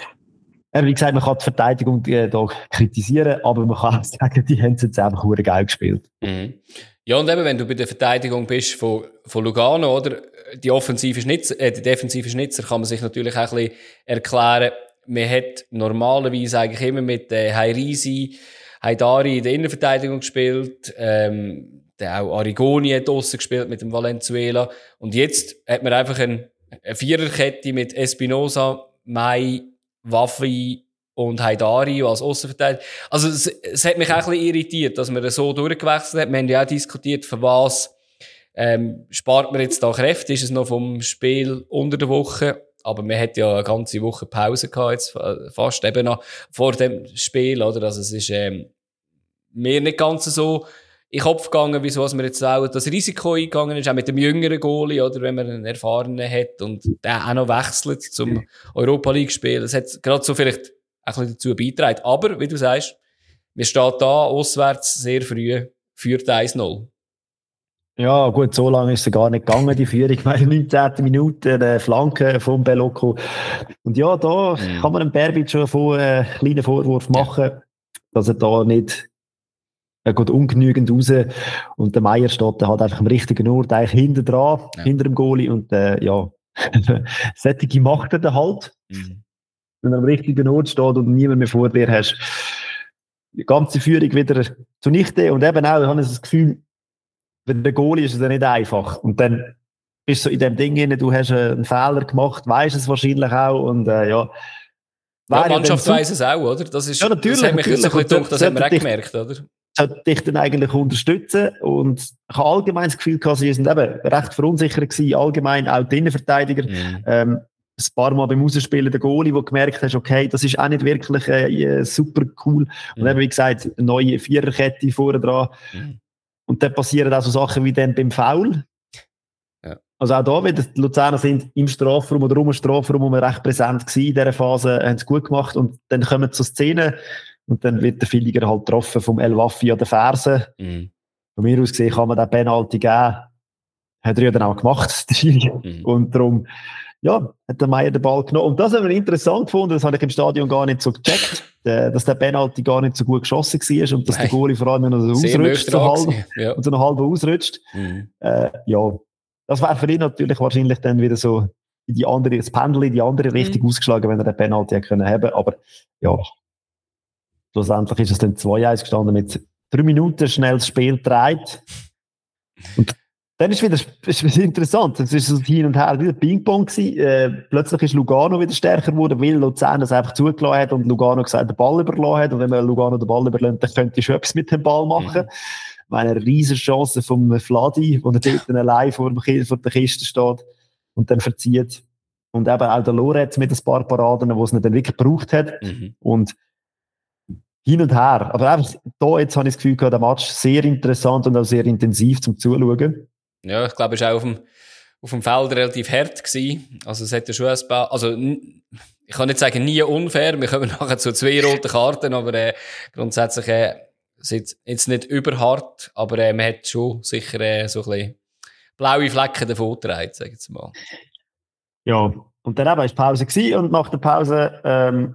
wie gesagt, man kann die Verteidigung da kritisieren, aber man kann auch sagen, die haben es jetzt einfach sehr geil gespielt. Ja, und eben, wenn du bei der Verteidigung bist von Lugano, oder? Die defensive Schnitzer kann man sich natürlich auch ein bisschen erklären. Man hat normalerweise eigentlich immer mit Haidari in der Innenverteidigung gespielt, auch Arrigoni hat draussen gespielt mit dem Valenzuela. Und jetzt hat man einfach eine Viererkette mit Espinosa, Mai, Waffi und Haidari als Aussenverteidiger. Also es hat mich auch ein bisschen irritiert, dass man so durchgewechselt hat. Wir haben ja auch diskutiert, für was spart man jetzt da Kräfte? Ist es noch vom Spiel unter der Woche? Aber man hat ja eine ganze Woche Pause gehabt, jetzt fast eben noch vor dem Spiel, oder? Also es ist mir nicht ganz so in den Kopf gegangen, wieso man jetzt auch das Risiko eingegangen ist, auch mit dem jüngeren Goalie, oder, wenn man einen erfahrenen hat und der auch noch wechselt zum Europa League Spiel. Das hat gerade so vielleicht ein bisschen dazu beigetragen. Aber, wie du sagst, wir stehen da auswärts sehr früh, führt 1-0. Ja, gut, so lange ist es gar nicht gegangen, die Führung. Ich meine, 19. Minute, eine Flanke vom Bellocco. Und ja, da kann man dem Berbic schon einen kleinen Vorwurf machen, dass er da nicht geht ungenügend raus. Und der Meier steht da halt einfach am richtigen Ort, eigentlich hinter dran, hinter dem Goalie. Und ja, solche macht er dann halt. Wenn er am richtigen Ort steht und niemand mehr vor dir hast, die ganze Führung wieder zunichte. Und eben auch, ich habe das Gefühl, wenn der Goalie ist es ja nicht einfach. Und dann bist du so in dem Ding drin, du hast einen Fehler gemacht, weisst es wahrscheinlich auch. Und ja. Ja, die Mannschaft weiss es auch, oder? Das ist, ja, natürlich. Das hat mich jetzt ein bisschen gedacht, das hat man auch gemerkt, oder? Sollte dich dann eigentlich unterstützen. Und ich habe allgemein das Gefühl gehabt, sie sind eben recht verunsichert gewesen, allgemein auch die Innenverteidiger. Ein paar Mal beim Rausspielen der Goalie, wo du gemerkt hast, okay, das ist auch nicht wirklich super cool. Und eben, wie gesagt, eine neue Viererkette vorne dran. Und dann passieren auch so Sachen wie dann beim Foul. Ja. Also auch da, wenn die Luzerner sind im Strafraum oder um den Strafraum, wo wir recht präsent gewesen in dieser Phase, haben sie gut gemacht. Und dann kommen zur Szene und dann wird der Filiger halt getroffen vom El Wafi an den Fersen. Von mir aus gesehen kann man den Penalty geben. Hat er ja dann auch gemacht, der Schiri. Und darum, ja, hat der Meier den Ball genommen. Und das haben wir interessant gefunden, das habe ich im Stadion gar nicht so gecheckt, dass der Penalty gar nicht so gut geschossen war und dass der Goalie vor allem noch so ausrutscht, und so noch halb ausrutscht. Ja, das wäre für ihn natürlich wahrscheinlich dann wieder so das Pendel in die andere Richtung ausgeschlagen, wenn er den Penalty hätte können haben. Aber ja, schlussendlich ist es dann 2-1 gestanden mit 3 Minuten schnell das Spiel gedreht. Und dann ist wieder interessant. Es ist so hin und her wieder Ping-Pong gewesen. Plötzlich ist Lugano wieder stärker geworden, weil Luzern das einfach zugelassen hat und Lugano gesagt, den Ball überlassen hat. Und wenn man Lugano den Ball überlässt, dann könnte ich schon etwas mit dem Ball machen. Eine riesige Chance vom Vladi, wo er dort allein vor der Kiste steht und dann verzieht. Und eben auch der Loretz mit ein paar Paraden, wo es ihn dann wirklich gebraucht hat. Und hin und her. Aber einfach da, jetzt habe ich das Gefühl gehabt, der Match sehr interessant und auch sehr intensiv zum Zuschauen. Ja, ich glaube, es war auch auf dem Feld relativ hart gewesen. Also, es hätte schon ein paar, also, ich kann nicht sagen, nie unfair. Wir kommen nachher zu 2 roten Karten, aber, grundsätzlich, sind jetzt nicht überhart, aber, man hat schon sicher, so ein bisschen blaue Flecken davon getragen, sag ich jetzt mal. Ja. Und dann eben war die Pause gewesen und nach der Pause,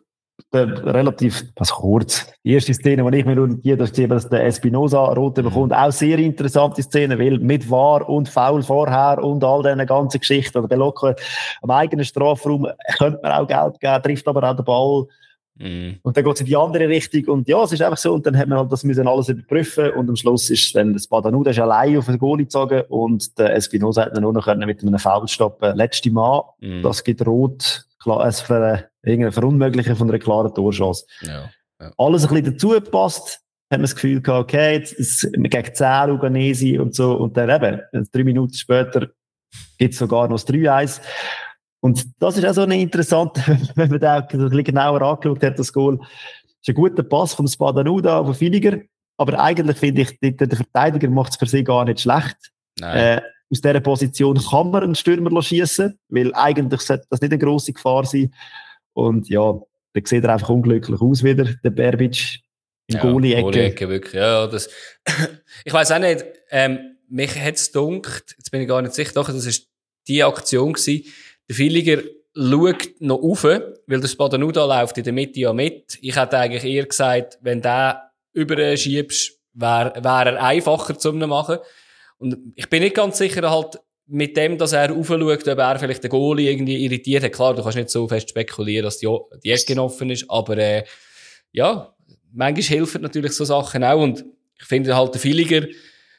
relativ kurz. Die erste Szene, die ich mir notiert habe, dass der Espinosa rote bekommt. Auch sehr interessante Szene, weil mit VAR und Foul vorher und all diesen ganzen Geschichten. Oder Bellocco am eigenen Strafraum könnte man auch Geld geben, trifft aber auch den Ball. Und dann geht es in die andere Richtung. Und ja, es ist einfach so. Und dann hat man halt das müssen alles überprüfen. Und am Schluss ist dann das Spadanu, der ist allein auf den Goalie gezogen. Und der Espinosa hat dann nur noch mit einem Foul stoppen. Letzte Mal, das gibt rot. Klar, es für irgendeine Verunmöglichen von einer klaren Torchance. Ja. Alles ein bisschen dazu gepasst. Hat man das Gefühl gehabt, okay, jetzt gegen 10 Luganesi und so. Und dann eben, 3 Minuten später gibt es sogar noch das 3-1. Und das ist auch so eine interessante, wenn man da ein bisschen genauer angeschaut hat, das Goal. Das ist ein guter Pass vom Spadanu da auf Filiger. Aber eigentlich finde ich, der Verteidiger macht es für sich gar nicht schlecht. Aus dieser Position kann man einen Stürmer schiessen, weil eigentlich sollte das nicht eine grosse Gefahr sein. Und ja, da sieht er einfach unglücklich aus wieder, der Berbic in Goalie-Ecke. Goalie-Ecke, wirklich. Ja, das, ich weiss auch nicht, mich hat es gedacht, jetzt bin ich gar nicht sicher, doch, das war die Aktion gewesen. Der Filiger schaut noch rauf, weil der Spadanu da läuft in der Mitte ja mit. Ich hätte eigentlich eher gesagt, wenn der überschiebst, wäre er einfacher zum machen. Und ich bin nicht ganz sicher halt mit dem, dass er raufschaut, ob er vielleicht den Goalie irgendwie irritiert hat. Klar, du kannst nicht so fest spekulieren, dass die Ecke offen ist, aber ja, manchmal helfen natürlich so Sachen auch. Und ich finde halt der Filiger,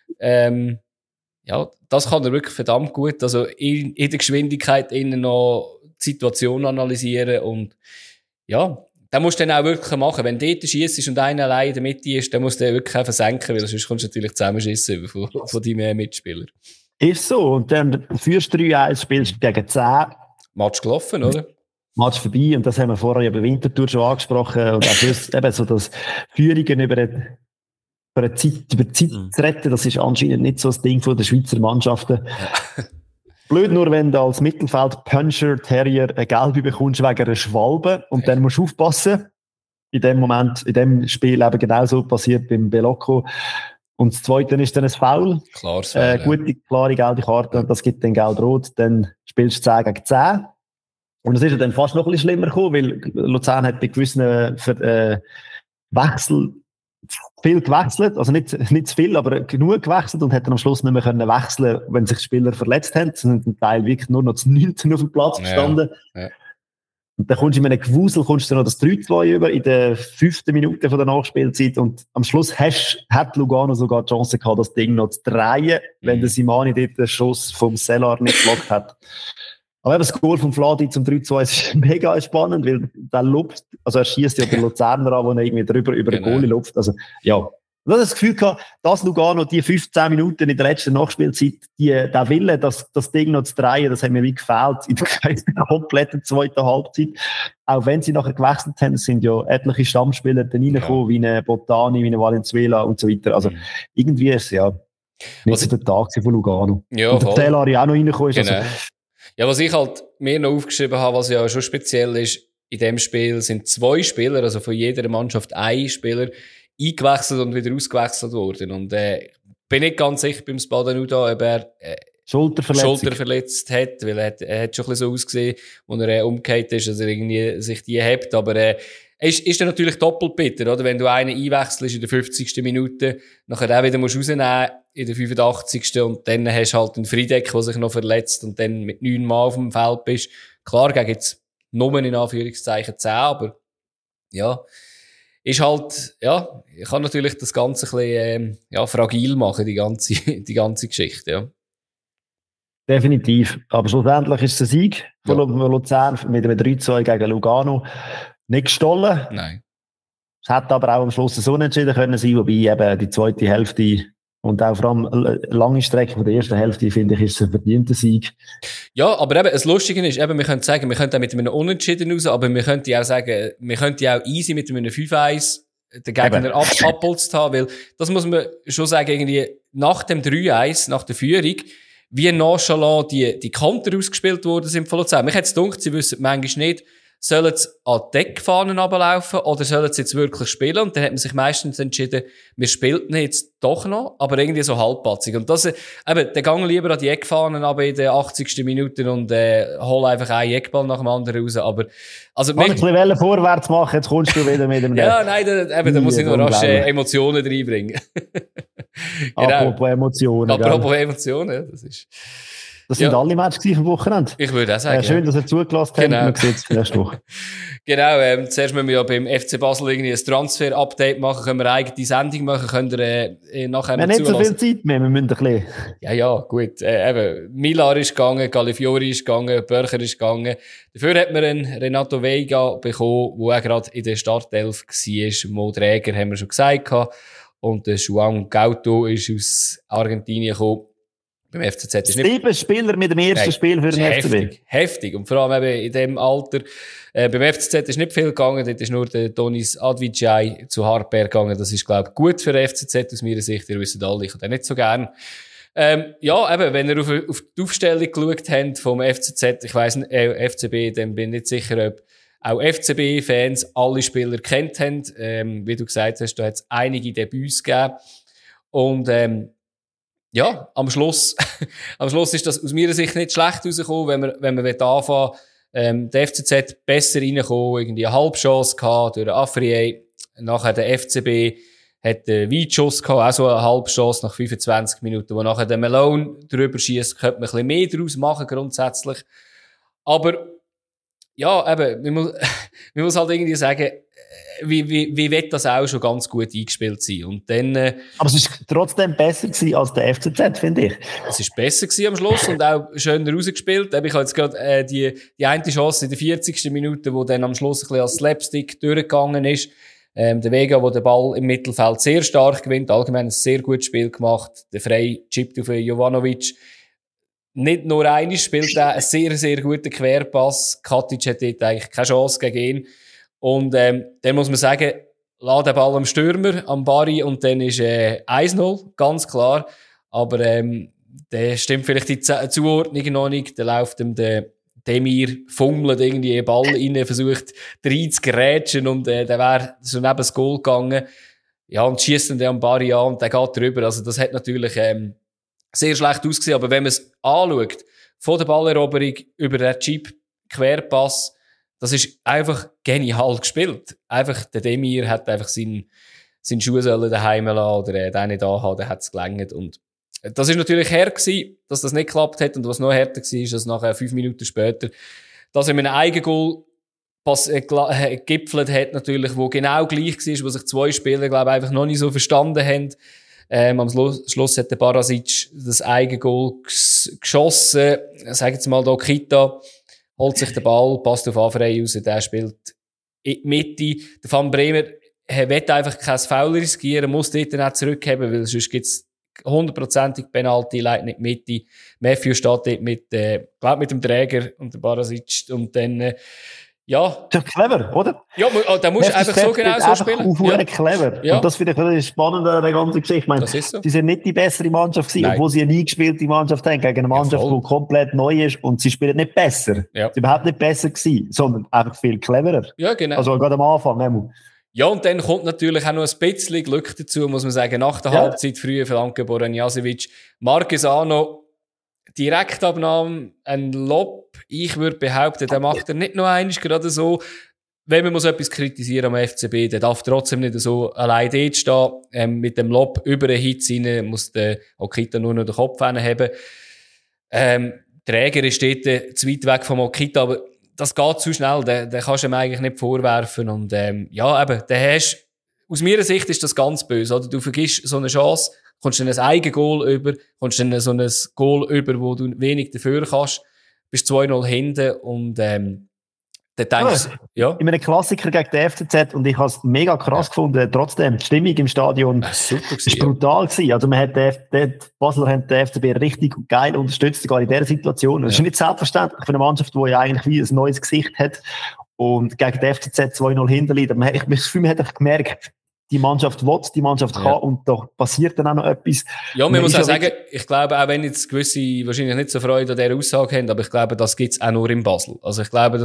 ja, das kann er wirklich verdammt gut. Also in der Geschwindigkeit innen noch die Situation analysieren und ja, den musst du dann auch wirklich machen. Wenn du dort schiessest und einer allein in der Mitte ist, dann musst du den wirklich einfach senken, weil sonst kommst du natürlich zusammenschiessen von deinen Mitspielern. Ist so. Und dann führst du 3-1, spielst gegen 10. Match gelaufen, oder? Match vorbei. Und das haben wir vorher ja bei Winterthur schon angesprochen. Und auch das, eben so, dass Führungen über über die Zeit zu retten, das ist anscheinend nicht so das Ding von den Schweizer Mannschaften. Ja. Blöd nur, wenn du als Mittelfeld-Puncher-Terrier eine Gelbe bekommst wegen einer Schwalbe und dann musst du aufpassen. In dem Moment, in dem Spiel eben genauso passiert beim Belocco. Und das Zweite ist dann ein Foul. Klares Foul, gute, klare gelbe Karte, und das gibt dann Gelb-Rot. Dann spielst du 10 gegen 10. Und es ist ja dann fast noch ein bisschen schlimmer gekommen, weil Luzern hat bei gewissen Wechsel viel gewechselt, also nicht zu viel, aber genug gewechselt und hat dann am Schluss nicht mehr können wechseln, wenn sich Spieler verletzt haben. Es sind ein Teil wirklich nur noch zu 19 auf dem Platz gestanden. Ja. Und dann kommst du in einem Gewusel, kommst du noch das 3-2 über in der 5. Minute von der Nachspielzeit und am Schluss hat Lugano sogar die Chance gehabt, das Ding noch zu drehen, wenn der Simani dort den Schuss vom Sellar nicht geblockt hat. Aber eben das Goal vom Vladi zum 3-2 ist mega spannend, weil der lobt, also er schießt ja den Luzerner an, wo er irgendwie drüber über den Goalie lobt. Also, ja. Ich habe das Gefühl gehabt, dass Lugano die 15 Minuten in der letzten Nachspielzeit, der Wille, das Ding noch zu drehen, das hat mir wie gefehlt in der kompletten zweiten Halbzeit. Auch wenn sie nachher gewechselt haben, sind ja etliche Stammspieler dann reingekommen, wie eine Botani, wie eine Valenzuela und so weiter. Also, irgendwie ist es ja nicht so der Tag von Lugano. Ja, und der Telari auch noch reingekommen ist. Genau. Also, ja, was ich halt mir noch aufgeschrieben habe, was ja schon speziell ist, in dem Spiel sind 2 Spieler, also von jeder Mannschaft ein Spieler, eingewechselt und wieder ausgewechselt worden. Und bin nicht ganz sicher beim Spadenuda, ob er Schulter verletzt hat, weil er hat schon ein bisschen so ausgesehen, als er umgekehrt ist, dass er irgendwie sich die hebt. Aber ist dann natürlich doppelt bitter, oder? Wenn du einen einwechselst in der 50. Minute, nachher auch wieder musst rausnehmen in der 85. und dann hast du halt einen Friedeck, der sich noch verletzt und dann mit 9 Mann auf dem Feld bist. Klar, gegen jetzt nur in Anführungszeichen 10, aber ja, ist halt, ja, ich kann natürlich das Ganze ein bisschen, fragil machen, die ganze Geschichte, ja. Definitiv. Aber schlussendlich ist es ein Sieg von Luzern mit einem 3-2 gegen Lugano. Nicht gestohlen. Nein. Es hätte aber auch am Schluss so unentschieden können sein, wobei eben die zweite Hälfte und auch vor allem lange Strecke von der ersten Hälfte, finde ich, ist es ein verdienter Sieg. Ja, aber eben, das Lustige ist, eben, wir können sagen, wir können auch mit einem Unentschieden raus, aber wir könnten auch sagen, wir könnten auch easy mit einem 5-1 den Gegner abpolzt haben, weil, das muss man schon sagen, irgendwie, nach dem 3-1, nach der Führung, wie nonchalant die Konter ausgespielt worden sind von Luzern. Mich hätte es gedacht, sie wissen manchmal nicht, sollen sie an die Deckfahnen runterlaufen oder sollen sie jetzt wirklich spielen? Und dann hat man sich meistens entschieden, wir spielten jetzt doch noch, aber irgendwie so halbpatzig. Und das, eben, dann gehen lieber an die Eckfahnen aber in den 80. Minuten und hol einfach einen Eckball nach dem anderen raus. Aber, also, ich ein bisschen vorwärts machen, jetzt kommst du wieder mit dem Ja, nein, da muss ich noch rasch Emotionen reinbringen. Genau. Apropos Emotionen. Apropos Emotionen, ja, das ist... Das sind alle Matches vom Wochenende. Ich würde auch sagen. Schön, dass ihr zugelassen habt. Genau. Man sieht es nächste Woche. Genau, zuerst müssen wir ja beim FC Basel irgendwie ein Transfer-Update machen, können wir eine eigene Sendung machen, könnt ihr nachher wir haben nicht so viel Zeit mehr, wir müssen ein bisschen. Ja, gut. Eben, Milar ist gegangen, Calafiori ist gegangen, Börcher ist gegangen. Dafür hat man einen Renato Veiga bekommen, der auch gerade in der Startelf war. Mo Träger haben wir schon gesagt. Und der Juan Gauto ist aus Argentinien gekommen. Beim FCZ ist nicht... 7 Spieler mit dem ersten Spiel für den FCB. Heftig. Und vor allem eben in dem Alter. Beim FCZ ist nicht viel gegangen. Dort ist nur der Donis Advijay zu Harper gegangen. Das ist, glaube ich, gut für den FCZ aus meiner Sicht. Ihr wisst alle, ich habe den nicht so gern. Ja, eben, wenn ihr auf die Aufstellung geschaut habt vom FCZ, ich weiss nicht, FCB, dann bin ich nicht sicher, ob auch FCB-Fans alle Spieler kennt haben. Wie du gesagt hast, da hat es einige Debüts gegeben. Und, ja, am Schluss ist das aus meiner Sicht nicht schlecht rausgekommen, wenn man anfangen der FCZ besser reinkommen, irgendwie eine Halbchance gehabt durch Afrier. Nachher der FCB hat einen Weitschuss gehabt, auch so eine Halbchance nach 25 Minuten, wo nachher der Malone drüber schießt, könnte man ein bisschen mehr daraus machen, grundsätzlich. Aber, ja, eben, man muss halt irgendwie sagen, wie wird das auch schon ganz gut eingespielt sein. Und dann, aber es ist trotzdem besser gewesen als der FCZ, finde ich. Es ist besser gewesen am Schluss und auch schöner rausgespielt. Ich habe jetzt gerade die eine Chance in der 40. Minute, wo dann am Schluss ein bisschen als Slapstick durchgegangen ist. Der Vega, der den Ball im Mittelfeld sehr stark gewinnt, allgemein ein sehr gutes Spiel gemacht. Der Frey chippt auf Jovanovic. Nicht nur einer spielt er einen sehr, sehr guten Querpass. Katic hat dort eigentlich keine Chance gegen ihn. Und dann muss man sagen, lässt den Ball am Stürmer, am Barry, und dann ist 1-0, ganz klar. Aber der stimmt vielleicht die Zuordnung noch nicht. Da läuft ihm der Demir, fummelt irgendwie den Ball rein, versucht reinzugrätschen und der wäre so neben das Goal gegangen. Ja, und schiesst dann am Barry an und der geht drüber. Also das hat natürlich sehr schlecht ausgesehen. Aber wenn man es anschaut, von der Balleroberung über den Chip, Querpass, das ist einfach genial gespielt. Einfach, der Demir hat einfach seinen Schuh sollen daheim lassen oder den nicht anhaben, der hat es gelangt. Und das ist natürlich hart gewesen, dass das nicht geklappt hat. Und was noch härter war, ist, dass nachher 5 Minuten später, dass er mit einem Eigengoal gegipfelt hat, natürlich, wo genau gleich war, wo sich 2 Spieler, glaube ich, einfach noch nicht so verstanden haben. Am Schluss hat der Barasic das Eigengoal geschossen. Sag jetzt mal da, Kita holt sich den Ball, passt auf Anfrei raus, der spielt in die Mitte. Der Van Bremer will einfach kein Foul riskieren, muss dort dann auch zurückheben, weil sonst gibt's 100%ig Penalty, leitet nicht Mitte. Matthew steht dort mit dem Träger und der Barasic und dann, ja. Das ist clever, oder? Ja, da musst du einfach so genau so spielen. Ja. Clever. Ja. Und das finde ich das Spannende an der ganzen Geschichte. Ich meine, das ist so. Die sind nicht die bessere Mannschaft gewesen, obwohl sie eine eingespielte Mannschaft haben, gegen eine Mannschaft, die komplett neu ist, und sie spielen nicht besser. Ja. Sie sind überhaupt nicht besser gewesen, sondern einfach viel cleverer. Ja, genau. Also gerade am Anfang. Ja, und dann kommt natürlich auch noch ein bisschen Glück dazu, muss man sagen. Nach der Halbzeit früher Franke Boranjasevic, Marquesano, Direktabnahme, ein Lob. Ich würde behaupten, der macht er nicht noch einmal gerade so. Wenn man muss etwas kritisieren am FCB, der darf trotzdem nicht so allein dort stehen. Mit dem Lob über den Hitz rein muss der Okita nur noch den Kopf haben. Träger ist dort zu weit weg vom Okita, aber das geht zu schnell, den kannst du ihm eigentlich nicht vorwerfen. Und ja, eben, aus meiner Sicht ist das ganz böse. Oder? Du vergisst so eine Chance, kommst dann ein Eigengoal über, kommst dann so ein Goal über, wo du wenig dafür kannst, bist 2-0 hinten und dann denkst du, ja. In einem Klassiker gegen den FCZ, und ich habe es mega krass gefunden, trotzdem, die Stimmung im Stadion ist brutal gewesen. Also man hat die Basler haben den FCB richtig geil unterstützt, sogar in dieser Situation. Das ist nicht selbstverständlich für eine Mannschaft, die ja eigentlich wie ein neues Gesicht hat und gegen den FCZ 2-0 hinterliegt. Aber ich habe das Gefühl, man hat gemerkt, die Mannschaft will, die Mannschaft kann, und da passiert dann auch noch etwas. Ja, man muss auch sagen, ich glaube, auch wenn jetzt gewisse wahrscheinlich nicht so Freude an dieser Aussage haben, aber ich glaube, das gibt's auch nur in Basel. Also ich glaube,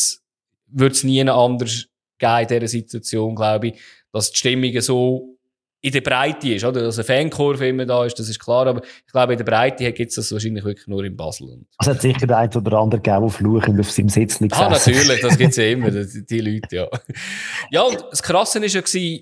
wird es nie anders geben in dieser Situation, glaube ich, dass die Stimmung so in der Breite ist, oder? Dass eine Fankurve immer da ist, das ist klar, aber ich glaube, in der Breite gibt es das wahrscheinlich wirklich nur in Basel. Es hat sicher der eine oder andere gegeben, der fluchend auf seinem Sitz liegt. Natürlich, das gibt's ja immer, die Leute, ja. Ja, und das Krasse war ja,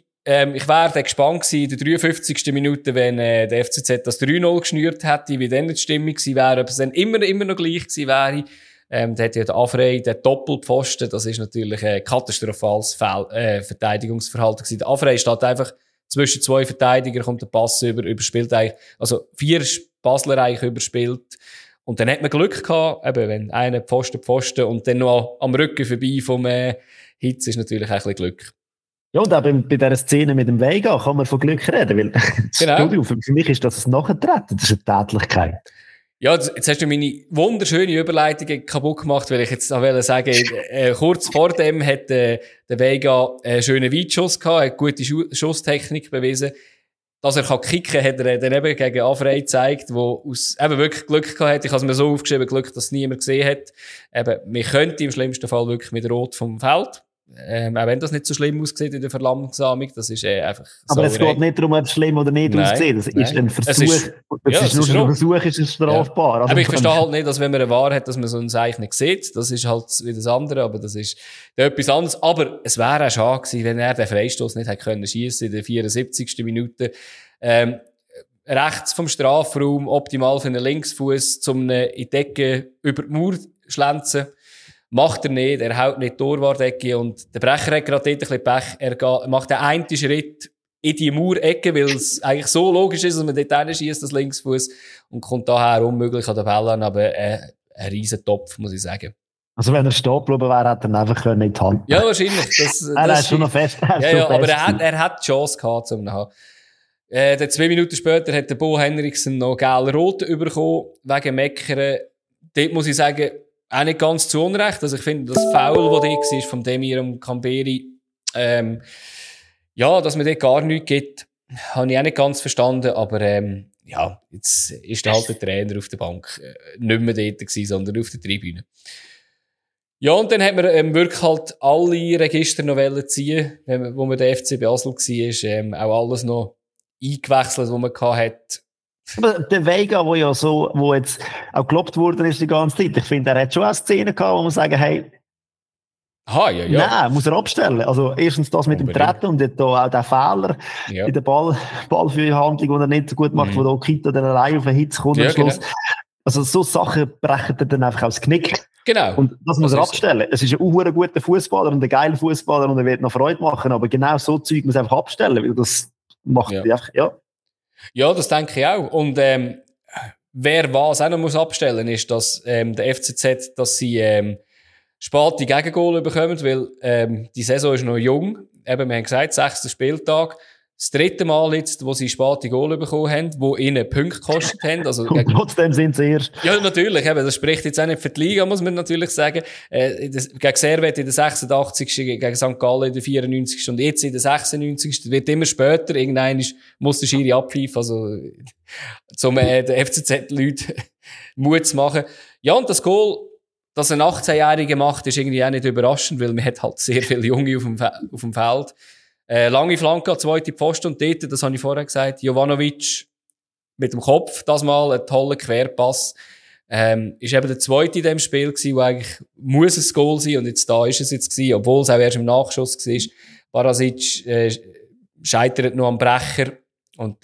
ich wäre gespannt gewesen, in der 53. Minute, wenn der FCZ das 3-0 geschnürt hätte, wie dann die Stimmung gewesen wäre, ob es dann immer noch gleich gewesen wäre. Da hat ja der Afrey, der Doppelpfosten, das ist natürlich ein katastrophales Verteidigungsverhalten gewesen. Der Afrey steht einfach zwischen 2 Verteidiger, kommt der Pass überspielt eigentlich, also 4 Basler eigentlich überspielt. Und dann hat man Glück gehabt, eben, wenn einer Pfosten und dann noch am Rücken vorbei vom Hitz ist natürlich auch ein bisschen Glück. Ja, und auch bei dieser Szene mit dem Vega kann man von Glück reden, weil genau. Studio, für mich ist das ein Nachtreten, das ist eine Tätlichkeit. Ja, jetzt hast du meine wunderschöne Überleitung kaputt gemacht, weil ich jetzt noch sagen kurz vor dem hat der Vega einen schönen Weitschuss gehabt, eine gute Schusstechnik bewiesen. Dass er kicken kann, hat er dann eben gegen Afrey gezeigt, wo eben wirklich Glück gehabt hat. Ich habe es mir so aufgeschrieben, Glück, dass es niemand gesehen hat. Eben, man könnte im schlimmsten Fall wirklich mit Rot vom Feld. Auch wenn das nicht so schlimm aussieht in der Verlangsamung, das ist einfach so. Aber es geht nicht darum, ob es schlimm oder nicht aussieht. Das ist ein Versuch. Es ist nur ein Versuch, ist es strafbar. Ja. Also aber ich verstehe halt nicht, dass wenn man eine Ware hat, dass man so ein Zeichen nicht sieht. Das ist halt wie das andere, aber das ist etwas anderes. Aber es wäre auch schade gewesen, wenn er den Freistoß nicht hätte können schiessen in der 74. Minute. Rechts vom Strafraum, optimal für einen Linksfuß, zum in die Decke über die Mauer schlänzen. Macht er nicht, er haut nicht die Torwart-Ecke und der Brecher hat gerade dort ein bisschen Pech. Er macht den einen Schritt in die Maurecke, weil es eigentlich so logisch ist, dass man dort reinschießt, das Linksfuß, und kommt daher unmöglich an den Ball an, aber ein riesen Topf, muss ich sagen. Also wenn er stehen geblieben wäre, hätte er einfach in die Hand. Ja, wahrscheinlich. Er hat schon noch fest. Ja, aber er hat die Chance gehabt, um ihn. Dann 2 Minuten später hat der Bo Henriksen noch gelb-rot bekommen, wegen Meckern. Dort muss ich sagen, auch nicht ganz zu Unrecht. Also ich finde, das Foul, das da war, vom Demir und Camberi, Ja, dass man dort gar nichts gibt, habe ich auch nicht ganz verstanden, aber ja, jetzt ist halt der Trainer auf der Bank nicht mehr dort gewesen, sondern auf der Tribüne. Ja, und dann hat man wirklich halt alle Register noch ziehen, wo man der FC Basel war, auch alles noch eingewechselt, was man hatte. Aber der Vega, wo jetzt auch gelobt worden ist die ganze Zeit, ich finde, er hat schon auch Szenen gehabt, wo man sagen, hey, nein, muss er abstellen. Also, erstens das mit dem Treten und dann auch der Fehler in der Ballführhandlung, die er nicht so gut macht, wo der Okita dann allein auf den Hitz kommt am Schluss. Genau. Also, so Sachen brechen er dann einfach aufs Knick. Genau. Und das muss er abstellen. Es ist ein guter Fußballer und ein geiler Fußballer und er wird noch Freude machen, aber genau so Zeug muss er einfach abstellen, weil das macht einfach, Ja, das denke ich auch. Und, wer was auch noch muss abstellen, ist, dass, der FCZ, dass sie, späte Gegengole bekommen, weil die Saison ist noch jung. Eben, wir haben gesagt, 6. Spieltag. Das 3. Mal jetzt, wo sie späte Goal bekommen haben, die ihnen Punkte gekostet haben. Also, und trotzdem sind sie erst. Ja, natürlich. Eben, das spricht jetzt auch nicht für die Liga, muss man natürlich sagen. Gegen Servet in der 86. gegen St. Gallen in der 94. und jetzt in der 96. Das wird immer später. Irgendwann muss der Schiri abpfeifen, also, zum den FCZ-Leuten Mut zu machen. Ja, und das Goal, dass ein 18-Jähriger macht, ist irgendwie auch nicht überraschend, weil man hat halt sehr viele Junge auf dem Feld. Lange Flanke, zweite Pfosten und dort, das habe ich vorher gesagt, Jovanovic mit dem Kopf, das mal, ein toller Querpass. Ist eben der zweite in dem Spiel gewesen, wo eigentlich muss ein Goal sein und jetzt da ist es jetzt gewesen, obwohl es auch erst im Nachschuss war. Barasic scheitert noch am Brecher und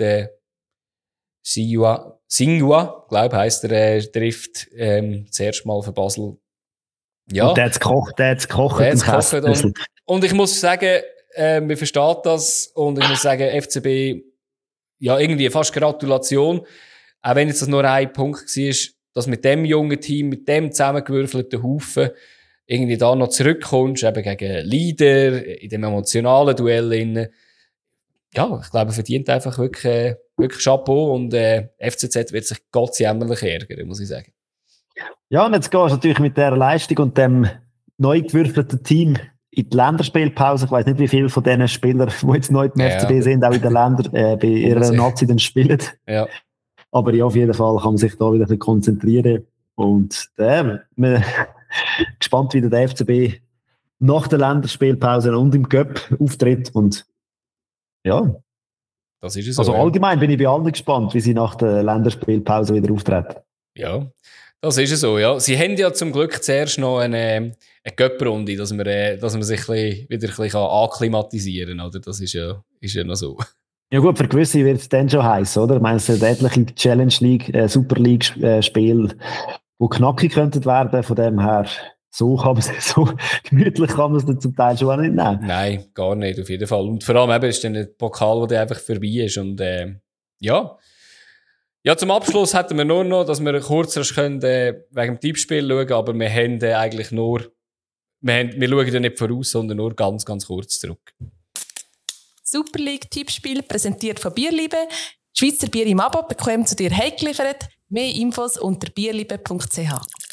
Singua, glaube heisst trifft zuerst mal für Basel. Ja. Und der hat's gekocht. Und ich muss sagen, man versteht das und ich muss sagen, FCB, ja, irgendwie fast Gratulation. Auch wenn jetzt das nur ein Punkt war, dass mit dem jungen Team, mit dem zusammengewürfelten Haufen irgendwie da noch zurückkommst, eben gegen Leader, in dem emotionalen Duell. Ja, ich glaube, verdient einfach wirklich Chapeau und FCZ wird sich gottsjämmerlich ärgern, muss ich sagen. Ja, und jetzt gehst du natürlich mit dieser Leistung und dem neu gewürfelten Team in die Länderspielpause. Ich weiss nicht, wie viele von diesen Spielern, die jetzt neu beim FCB sind, auch in den Ländern bei ihrer Nazi dann spielen. Ja. Aber ja, auf jeden Fall kann man sich da wieder ein bisschen konzentrieren. Und man gespannt, wie der FCB nach der Länderspielpause und im Cup auftritt. Und ja. Das ist es so, also allgemein bin ich bei allen gespannt, wie sie nach der Länderspielpause wieder auftreten. Ja, das ist es so, ja. Sie haben ja zum Glück zuerst noch eine Cup-Runde, dass man sich wieder ein bisschen akklimatisieren kann, oder? Das ist ja noch so. Ja gut, für gewisse wird es dann schon heiß, oder? Ich meine, es sind etliche Challenge League, Super League Spiele, die knackig könnten werden, von dem her, so gemütlich kann man es dann zum Teil schon auch nicht nehmen. Nein, gar nicht, auf jeden Fall. Und vor allem eben ist dann ein Pokal, der einfach vorbei ist und, ja. Ja, zum Abschluss hätten wir nur noch, dass wir kurz wegen dem Tippspiel schauen, aber wir haben eigentlich nur, wir schauen ja nicht voraus, sondern nur ganz, ganz kurz zurück. Super League Tippspiel präsentiert von Bierliebe. Schweizer Bier im Abo bekommen zu dir heimgeliefert. Mehr Infos unter bierliebe.ch.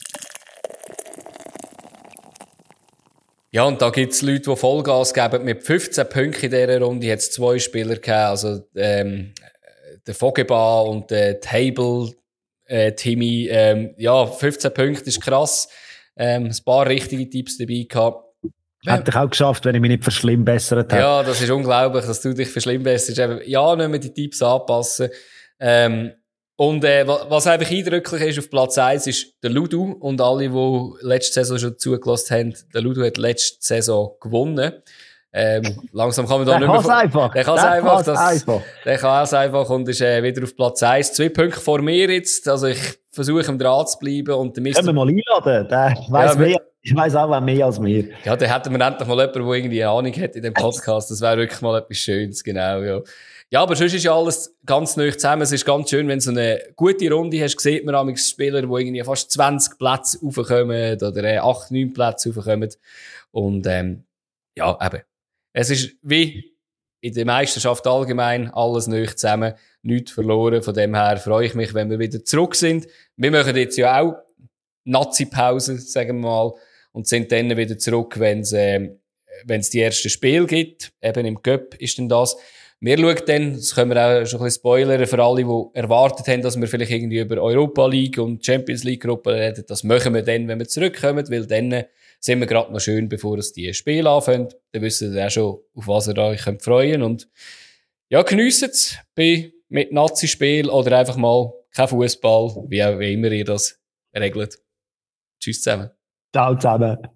Ja, und da gibt's Leute, die Vollgas geben. Mit 15 Punkten in dieser Runde hat es 2 Spieler gehabt, also der Vogeba und der Table Timmy. Ja, 15 Punkte ist krass. Ein paar richtige Tipps dabei gehabt. Hätte ich auch geschafft, wenn ich mich nicht verschlimmbessert hätte. Ja, das ist unglaublich, dass du dich verschlimmbesserst. Ja, nicht mehr die Tipps anpassen. Und was einfach eindrücklich ist auf Platz 1 ist der Ludu. Und alle, die letzte Saison schon zugelassen haben, der Ludu hat letzte Saison gewonnen. Langsam kann man da nicht mehr... Der kann es einfach und ist wieder auf Platz 1. 2 Punkte vor mir jetzt. Also ich versuche im Draht zu bleiben. Und können wir mal einladen? Der weiss mehr. Ich weiss auch mehr als mir. Ja, dann hätten wir endlich mal jemanden, der irgendwie eine Ahnung hat in dem Podcast. Das wäre wirklich mal etwas Schönes, genau, ja. Ja, aber sonst ist ja alles ganz neu zusammen. Es ist ganz schön, wenn du so eine gute Runde hast, sieht man manchmal Spieler, die irgendwie fast 20 Plätze raufkommen oder 8, 9 Plätze raufkommen. Und ja, eben. Es ist wie in der Meisterschaft allgemein alles neu zusammen, nichts verloren. Von dem her freue ich mich, wenn wir wieder zurück sind. Wir machen jetzt ja auch Nazi-Pause, sagen wir mal, und sind dann wieder zurück, wenn es wenn es die ersten Spiele gibt, eben im Cup ist dann das. Wir schauen dann, das können wir auch schon ein bisschen spoilern für alle, die erwartet haben, dass wir vielleicht irgendwie über Europa League und Champions League Gruppen reden. Das machen wir dann, wenn wir zurückkommen, weil dann sind wir gerade noch schön, bevor es die Spiele anfangen. Dann wisst ihr auch schon, auf was ihr euch freuen könnt. Und ja, geniessen es mit Nazi-Spiel oder einfach mal kein Fußball, wie immer ihr das regelt. Tschüss zusammen. Ciao zusammen.